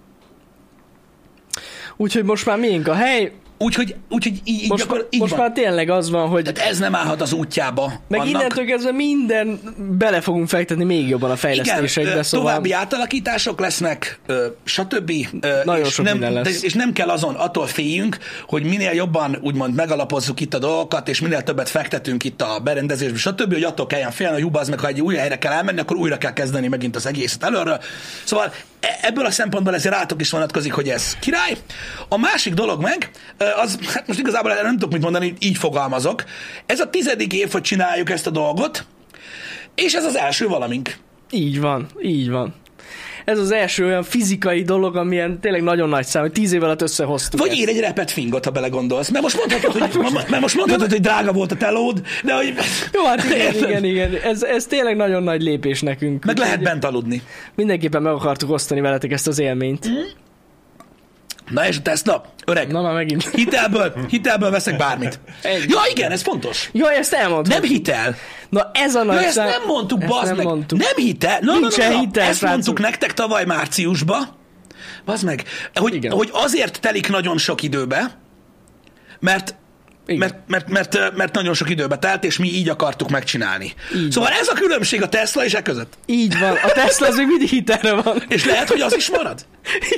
Úgyhogy most már miénk a hely. Úgyhogy így Most van. már tényleg az van, hogy... Tehát ez nem állhat az útjába. Meg annak. innentől kezdve minden bele fogunk fektetni még jobban a fejlesztésekbe, igen, szóval... további átalakítások lesznek, stb. Nagyon és sok minden lesz. És nem kell attól féljünk, hogy minél jobban úgymond megalapozzuk itt a dolgokat, és minél többet fektetünk itt a berendezésbe, stb., hogy attól kelljen félni, hogy húbazd meg, ha egy új helyre kell elmenni, akkor újra kell kezdeni megint az egészet előről. Szóval ebből a szempontból ezért rátok is vonatkozik, hogy ez király. A másik dolog meg, az, hát most igazából nem tudok mit mondani, így fogalmazok. Ez a 10. év, hogy csináljuk ezt a dolgot, és ez az első valamink. Így van. Ez az első olyan fizikai dolog, amilyen tényleg nagyon nagy szám, hogy 10 év alatt összehoztuk. Vagy ír egy repet fingot, ha belegondolsz. Mert most mondhatod, hogy drága volt a telód, de hogy... Jó, hát igen. Ez tényleg nagyon nagy lépés nekünk. Meg lehet bent aludni. Mindenképpen meg akartuk osztani veletek ezt az élményt. Na és a Tesla, öreg. Na már megint. Hitelből veszek bármit. Ja igen, ez fontos. Jaj, ezt elmondtam. Nem hitel. Na ez a nagy ezt nem mondtuk, bazd meg. Mondtuk. Nem hitel. Nincsen hitel, ezt srácok. mondtuk nektek tavaly márciusba. Bazd meg. Hogy azért telik nagyon sok időbe, mert nagyon sok időbe telt, és mi így akartuk megcsinálni. Így szóval ez a különbség a Tesla és e között. Így van. A Tesla az még mindig hitelre van. És lehet, hogy az is marad.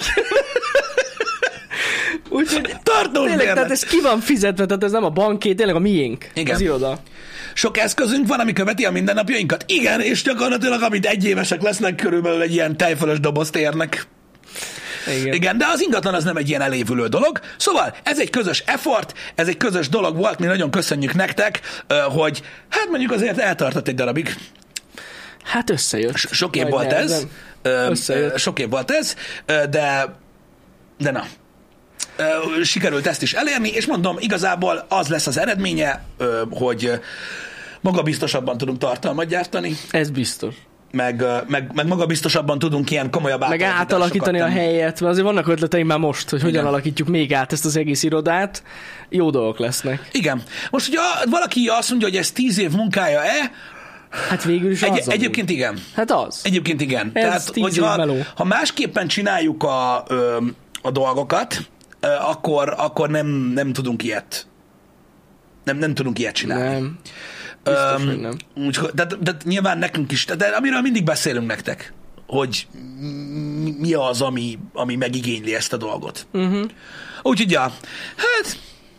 Úgyhogy tartós tényleg, tehát ez ki van fizetve, tehát ez nem a banké, tényleg a miénk. Igen. Az iroda. Sok eszközünk van, ami követi a mindennapjainkat. Igen, és gyakorlatilag, amint egyévesek lesznek, körülbelül egy ilyen tejfölös dobozt érnek. Igen, de az ingatlan az nem egy ilyen elévülő dolog. Szóval ez egy közös effort, ez egy közös dolog volt, mi nagyon köszönjük nektek, hogy hát mondjuk azért eltartott egy darabig. Hát összejött. Sok év volt ez. Sok év volt ez, de na. Sikerült ezt is elérni, és mondom, igazából az lesz az eredménye, hogy magabiztosabban tudunk tartalmat gyártani. Ez biztos. Meg magabiztosabban tudunk ilyen komolyabb átalakításokat. Meg átalakítani a helyet, mert azért vannak ötleteim már most, hogy hogyan alakítjuk még át ezt az egész irodát. Jó dolgok lesznek. Igen. Most, hogyha valaki azt mondja, hogy ez 10 év munkája-e, hát végül is az. Egyébként igen. Hát az. Egyébként igen. Ez tehát, hogyha másképpen csináljuk a dolgokat, akkor nem tudunk ilyet. Nem tudunk ilyet csinálni. Nem. Biztos, hogy nem. De nyilván nekünk is, de amiről mindig beszélünk nektek, hogy mi az, ami megigényli ezt a dolgot. Úgyhogy ja, hát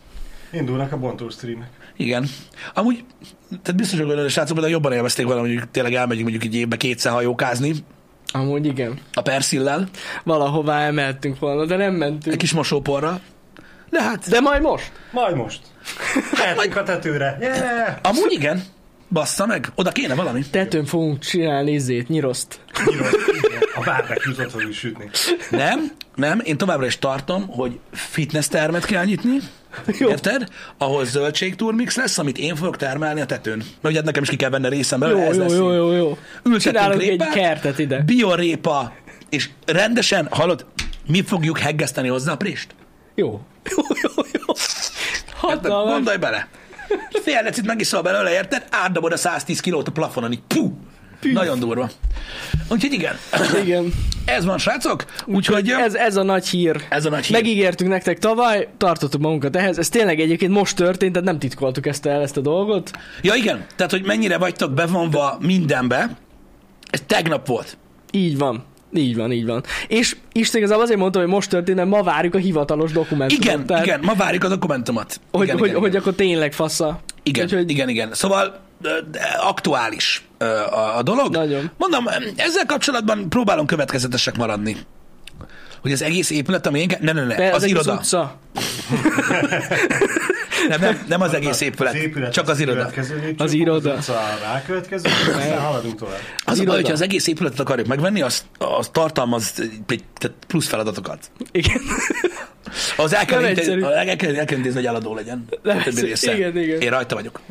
Indulnak a bontó streamek. Igen. Amúgy, tehát biztos, hogy a srácok például jobban élvezték volna, mondjuk tényleg elmegyünk mondjuk egy évbe 2-szer hajókázni Amúgy igen. a Persillel, Valahová emeltünk volna, de nem egy mentünk. kis mosóporral. De hát, De majd most. Majd most. Mehetünk a tetőre. Yeah! amúgy igen, bassza meg, oda kéne valami. Tetőn fogunk csinálni nyiroszt. A barbecue-t fogjuk sütni. Nem, én továbbra is tartom, hogy fitness termet kell nyitni, Jó. érted? Ahol zöldségturmix lesz, amit én fogok termelni a tetőn. Mert ugye nekem is ki kell venni részem belőle, ez lesz. Jó. Ültetünk Csinálunk egy répát, kertet ide. biorépa, és rendesen, hallod, mi fogjuk heggeszteni hozzá a prést? Jó. Hatalmas. Gondolj bele. Fél decit megiszol belőle, érted? Átdobod a 110 kilót a plafonon, így puh. Nagyon durva. Úgyhogy igen. Igen. Ez van, srácok. Úgyhogy Ez a nagy hír. ez a nagy hír. Megígértük nektek tavaly, tartottuk magunkat ehhez. Ez tényleg egyébként most történt, tehát nem titkoltuk ezt a dolgot. Ja igen, tehát hogy mennyire vagytok bevonva mindenbe, ez tegnap volt. Így van. És Isten igazából azért mondta, hogy most történt, mert ma várjuk a hivatalos dokumentumot. Igen, ma várjuk a dokumentumot. Hogy akkor tényleg fasza. Igen, Úgyhogy- igen. Szóval aktuális a dolog. Nagyon. Mondom, ezzel kapcsolatban próbálom következetesek maradni. Hogy az egész épület, ami én... Ne, az egész iroda. utca. Nem az egész Az épület, épület csak az iroda. következő lépcsőfok, Az iroda. Az utca rákövetkező, aztán haladunk tovább. Az a baj, iroda. hogyha az egész épületet akarjuk megvenni, az tartalmaz tehát plusz feladatokat. Igen. Az el kell Nem intézni, egyszerű. el kell intézni, hogy eladó legyen. Nem A többi egyszerű. része. Igen. Én rajta vagyok.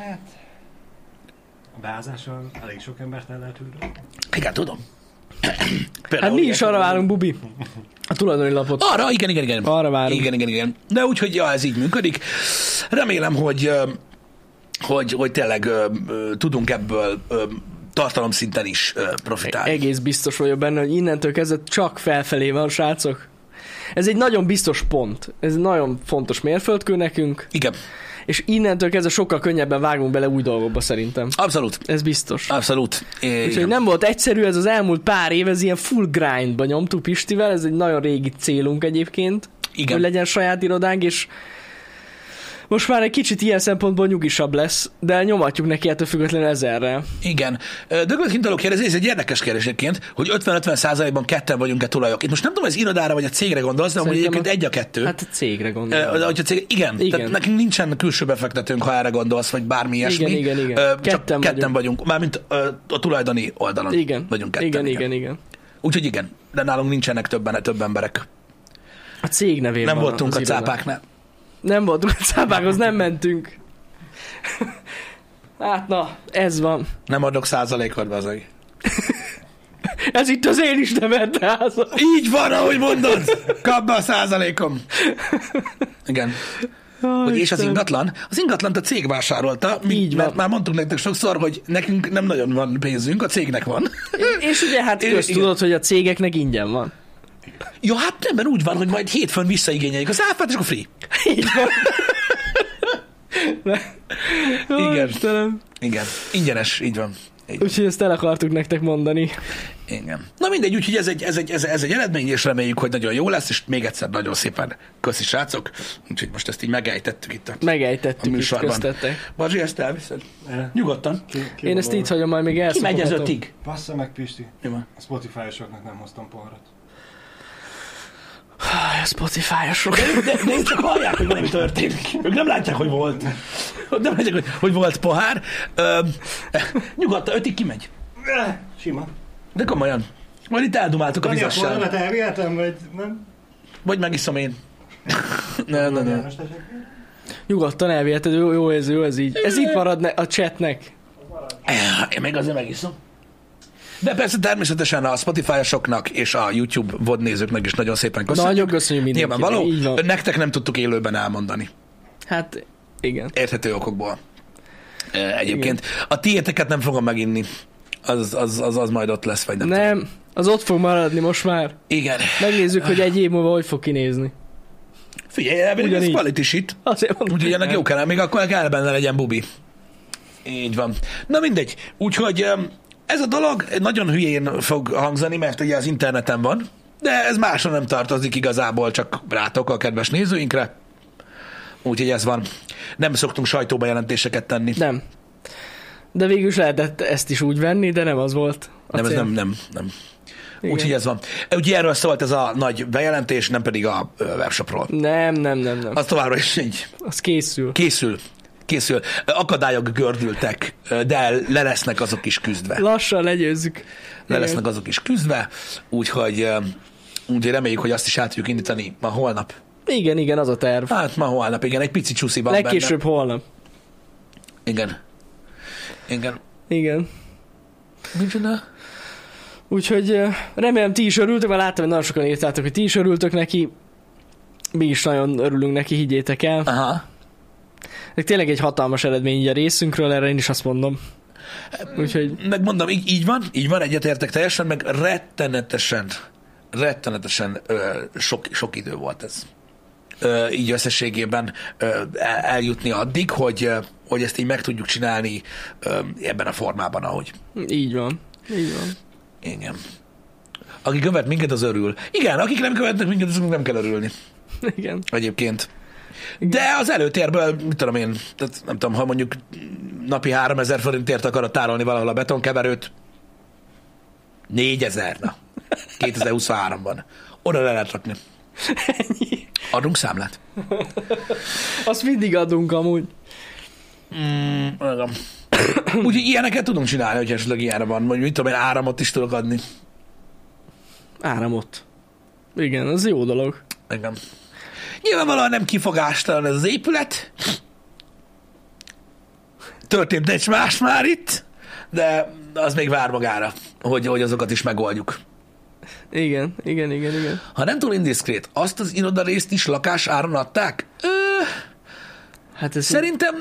A beázással elég sok embert el lehet ülni. Igen, tudom. Hát mi is arra várunk, Bubi. A tulajdoni lapot. Arra, igen. Arra várunk. Igen. De úgyhogy ja, ez így működik. Remélem, hogy tényleg tudunk ebből tartalomszinten is profitálni. Egész biztos vagyok benne, hogy innentől kezdve csak felfelé van, srácok. Ez egy nagyon biztos pont. Ez egy nagyon fontos mérföldkő nekünk, Igen, és innentől kezdve sokkal könnyebben vágunk bele új dolgokba szerintem. abszolút. Ez biztos. Abszolút. Úgyhogy nem volt egyszerű, ez az elmúlt pár év, ez ilyen full grindba nyomtuk Pistivel, ez egy nagyon régi célunk egyébként, Igen. hogy legyen saját irodánk, és most már egy kicsit ilyen szempontból nyugisabb lesz, de nyomatjuk neki ettől függetlenül 1000-rel. Igen. Dögölt Hintaló kérdezi, ez egy érdekes kérdés egyébként, hogy 50-50%-ban ketten vagyunk-e tulajok. Itt most nem tudom, ez irodára vagy a cégre gondolsz, de hogy Szerintem egyébként egy a kettő. Hát a cégre gondolom. Hogyha cég, igen, tehát nekünk nincsen külső befektetőnk, ha erre gondolsz, vagy bármi ilyesmi. Igen. Csak ketten vagyunk. Mármint a tulajdoni oldalon Igen. vagyunk ketten. Igen. Úgyhogy igen, de nálunk nincsenek több emberek. A cég nevén Nem van voltunk az a iroda. cápáknál. Nem voltunk a cápákhoz, nem mentünk. Hát na, ez van. Nem adok százalékot, bazeg. Ez itt az én is neved háza. Így van, ahogy mondod! Kap be a százalékom! Igen. Hogy és az ingatlan? Az ingatlant a cég vásárolta, Így van. mert már mondtuk nektek sokszor, hogy nekünk nem nagyon van pénzünk, a cégnek van. És ugye hát köztudod, hogy a cégeknek ingyen van. Ja, hát nem, mert úgy van, hogy majd hétfőn visszaigényeljük az áfát, és akkor free. Így van. Igen. Istenem. Igen. Ingyenes, így van. Így. Úgyhogy ezt el akartuk nektek mondani. Igen. Na mindegy, úgyhogy ez egy eredmény, és reméljük, hogy nagyon jó lesz, és még egyszer nagyon szépen köszi, srácok. Úgyhogy most ezt így megejtettük itt a Megejtettük itt műsorban. köztetek. Bazsi, ezt elviszed? Nyugodtan. Én ezt így hagyom, majd még Ki megy az elszopoghatom. 5-ig? Passza meg, Pisti. Mi van? A Spotify-osoknak nem hoztam poharat. A Spotify-osok. De ők csak hallják, hogy valami történik. Ők nem látják, hogy volt. Nem látják, hogy volt pohár. Nyugodtan, 5-ig kimegy. Sima. De komolyan. Majd itt eldumáltuk a Annyi a vizessel. poharat elvihetem, vagy nem? Vagy megiszom én. Nem. János, tessék. Nyugodtan elviheted, jó ez így. Ez itt marad a chatnek. Én még azért megiszom. De persze természetesen a Spotify-osoknak és a YouTube VOD nézőknek is nagyon szépen köszönjük. Nagyon köszönjük mindenkinek. Nyilvánvaló, Így van. nektek nem tudtuk élőben elmondani. Hát, igen. Érthető okokból. Egyébként. A tiéteket nem fogom meginni. Az majd ott lesz, vagy nem tudom. Nem, az ott fog maradni most már. Igen. Megnézzük, hogy egy év múlva hogy fog kinézni. Figyelj, elvileg ez Ugyanígy. quality shit. Azért mondom. Úgyhogy ennek jó kell, még akkor kell benne legyen bubi. Így van. Na mindegy. Úgyhogy ez a dolog nagyon hülyén fog hangzani, mert ugye az interneten van, de ez másra nem tartozik igazából, csak rátok a kedves nézőinkre. Úgyhogy ez van. nem szoktunk sajtóbejelentéseket tenni. Nem. De végül is lehetett ezt is úgy venni, de nem az volt. Nem, ez nem. Igen. Úgyhogy ez van. Ugye erről szólt ez a nagy bejelentés, nem pedig a webshopról. Nem. Az továbbra is így. Az készül. Készül. Akadályok gördültek, de le lesznek azok is küzdve. Lassan legyőzzük. Le lesznek azok is küzdve, úgyhogy reméljük, hogy azt is át tudjuk indítani ma holnap. Igen, az a terv. Hát ma holnap, igen, egy pici csúszi van Legkésőbb benne. holnap. Igen. Micsoda? Úgyhogy remélem ti is örültök, mert láttam, hogy nagyon sokan írtátok, hogy ti is örültök neki. Mi is nagyon örülünk neki, higgyétek el. Aha. De tényleg egy hatalmas eredmény így a részünkről, erre én is azt mondom. Úgyhogy... Megmondom, így van, egyetértek teljesen, meg rettenetesen sok idő volt ez. Így összességében eljutni addig, hogy ezt így meg tudjuk csinálni ebben a formában, ahogy. Így van. Igen. Aki követ minket, az örül. Igen, akik nem követnek minket, azoknak nem kell örülni. Igen. Egyébként. De az előtérből, mit tudom én, tehát nem tudom, ha mondjuk napi 3000 forintért akarod tárolni valahol a betonkeverőt, 4000, na, 2023-ban. Oda le lehet rakni. Ennyi. Adunk számlát. Azt mindig adunk amúgy. Úgyhogy ilyeneket tudunk csinálni, hogy esetleg ilyenre van. Mondjuk, mit tudom én, áramot is tudok adni. Áramot. Igen, az jó dolog. Igen. Nyilvánvalóan nem kifogástalan ez az épület. Történt egy más már itt, de az még vár magára, hogy azokat is megoldjuk. Igen. Ha nem túl indiszkrét, azt az irodarészt is lakás áron adták? Hát ez Szerintem...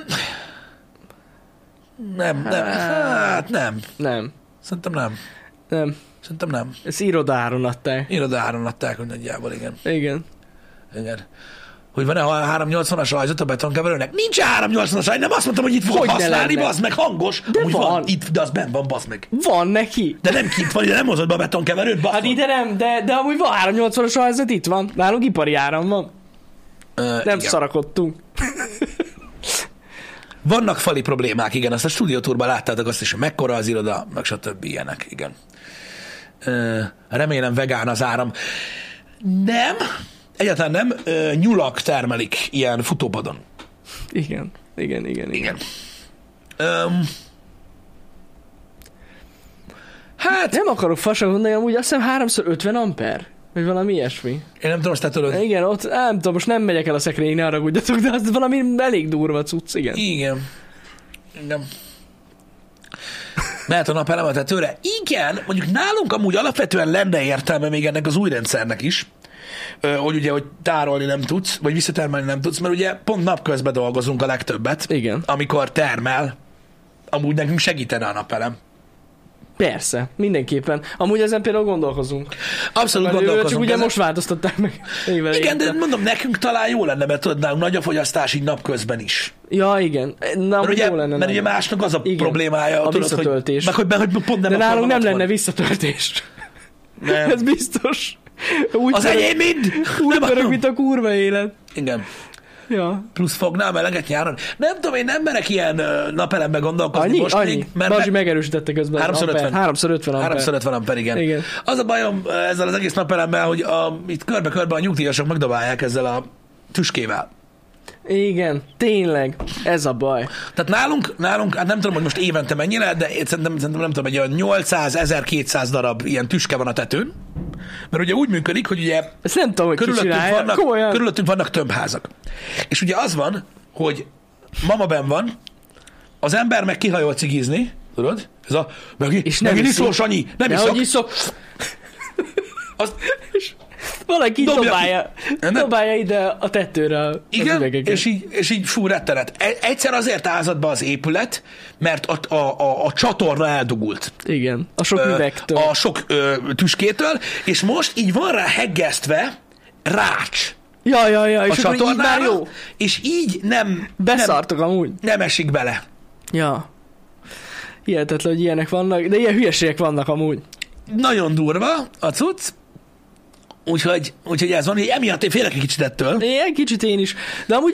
Nem. Hát nem. Nem. Szerintem nem. Nem. Szerintem nem. Ezt irodáron adták. Irodáron adták, hogy nagyjából, igen. Igen. Hogy van-e 380-as rajzot a betonkeverőnek? Nincs 380-as rajz, nem azt mondtam, hogy itt fogok használni, bazd meg, hangos. De úgy van. Itt, de az benn van, bazd meg. Van neki. De nem kint van, ide nem hozott be a betonkeverőt, bazd Hát ide nem, de amúgy van 380-as rajzat, itt van. Nálunk ipari áram van. Nem igen. szarakodtunk. Vannak fali problémák, igen, azt a stúdiótúrban láttátok azt is, hogy mekkora az iroda, meg stb. Ilyenek, igen. Remélem vegán az áram. Nem, egyáltalán nem, nyulak termelik ilyen futópadon. Igen. Hát, Nem akarok fasra gondolni, amúgy azt hiszem 3x50 amper. Vagy valami ilyesmi. én nem tudom, azt te tudod. Igen, ott nem tudom, most nem megyek el a szekrényig, ne haragudjatok, de az valami elég durva cucc, igen. Igen. Mehet a napelem a tetőre? Igen, mondjuk nálunk amúgy alapvetően lenne értelme még ennek az új rendszernek is, hogy ugye, hogy tárolni nem tudsz, vagy visszatermelni nem tudsz, mert ugye pont napközben dolgozunk a legtöbbet. Igen. Amikor termel, amúgy nekünk segítene a napelem. Persze, mindenképpen. Amúgy ezen például gondolkozunk. Abszolút Csak gondolkozunk ugye ezen. most változtatták meg. Igen, de mondom, nekünk talán jó lenne, mert tudod, nálunk nagy a fogyasztás így napközben is. Ja, igen. Na, Mert ugye, jó lenne. mert ugye másnak az a igen. problémája. A tudod, visszatöltés. Hogy pont nem de nálunk nem lenne van. visszatöltés. Nem. Ez biztos. Úgy Az pörög, enyém mind! úgy pörög, mint a kurva élet. Igen. Ja. Plusz fognál meleget nyáron. Nem tudom, én nem merek ilyen napelembe gondolkozni most még. Mert Bazsi megerősítette közben. 3x50. 3x50 amper. 3x50 amper, igen. Igen. Az a bajom ezzel az egész napelemmel, hogy itt körbe-körbe a nyugdíjasok megdobálják ezzel a tüskével. Igen, tényleg. Ez a baj. Tehát nálunk, hát nem tudom, hogy most évente mennyire, de szerintem nem tudom, egy olyan 800-1200 darab ilyen tüske van a tetőn. Mert ugye úgy működik, hogy ugye Ezt nem tudom, hogy ki csinálja. körülöttünk vannak tömbházak. És ugye az van, hogy mama benn van, az ember meg kihajol cigizni, tudod? Ez a, És nem megint iszol. iszol, Sanyi, nem iszok. Nehogy iszok. Az, Valaki Dobja dobálja ide a tetőre az igen, üvegeket. és így fú, rettenet. Egyszer azért ázott be az épület, mert a csatorna eldugult. Igen, a sok üvegtől. A sok tüskétől, és most így van rá heggesztve rács Ja, a és akkor így már csatornára, jó. és így Beszartok amúgy. nem esik bele. Ja. Hihetetlen, hogy ilyenek vannak, de ilyen hülyeségek vannak amúgy. Nagyon durva a cucc, úgyhogy ez van, hogy emiatt én félek egy kicsit ettől. Ilyen kicsit én is. De amúgy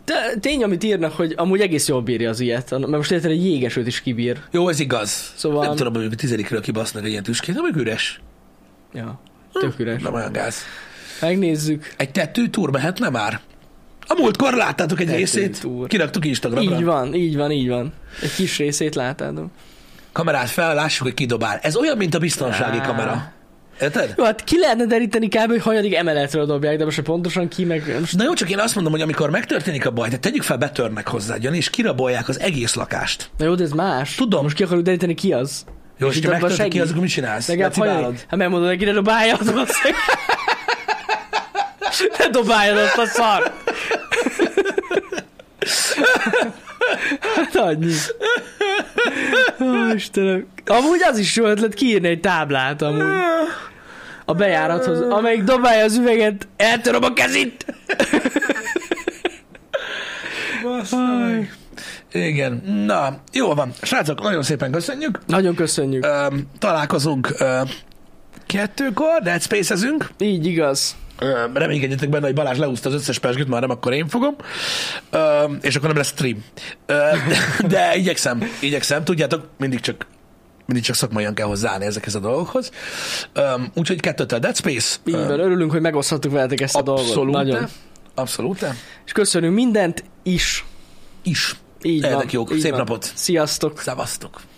tény, amit írnak, hogy amúgy egész jól bírja az ilyet. Mert most érted, egy jégesőt is kibír. Jó, ez igaz. Szóval... Nem tudom, hogy a 10-ről kibasznak egy ilyen tüskét, nem, hogy üres. Ja, tök üres. Nem olyan gáz. Megnézzük. Egy tetőtúr mehetne már? A múltkor láttátok egy részét? Kiraktuk Instagramra. Így van. Egy kis részét láttátok. Kamerát fel, lássuk, hogy kidobál. Ez olyan, mint a biztonsági kamera. Érted? Jó, hát ki lehetne deríteni kb. Hogy hanyadik emeletről dobják, de most pontosan ki meg... Most... Na jó, csak én azt mondom, hogy amikor megtörténik a baj, tehát tegyük fel, betörnek hozzá, és kirabolják az egész lakást. Na jó, de ez más. Tudom. Most ki akarjuk deríteni, ki az? Jó, és ha megtörténik ki az, akkor mit csinálsz? Legalább hanyadik. Hát megmondod, hogy ne dobáljad azt. Ne dobáljad azt a szar. Hát annyi. Ó, Istenem. Amúgy az is jó ötlet kiírni egy táblát amúgy. A bejárathoz. Amelyik dobálja az üveget, eltöröm a kezét. Igen. Na, jó van. Srácok, nagyon szépen köszönjük. Nagyon köszönjük. Találkozunk 2-kor, Dead Space-ezünk. Így igaz. Reménykedjetek benne, hogy Balázs leúszta az összes pesgőt, már nem, akkor én fogom. És akkor nem lesz stream. De igyekszem. Tudjátok, mindig csak szakmaian kell hozzáállni ezekhez a dolgokhoz. Úgyhogy 2-től Dead Space. Így van, örülünk, hogy megoszthattuk veletek ezt a dolgot. Nagyon. Abszolút. És köszönünk mindent is. Így van. Szép napot. Sziasztok. Szevasztok.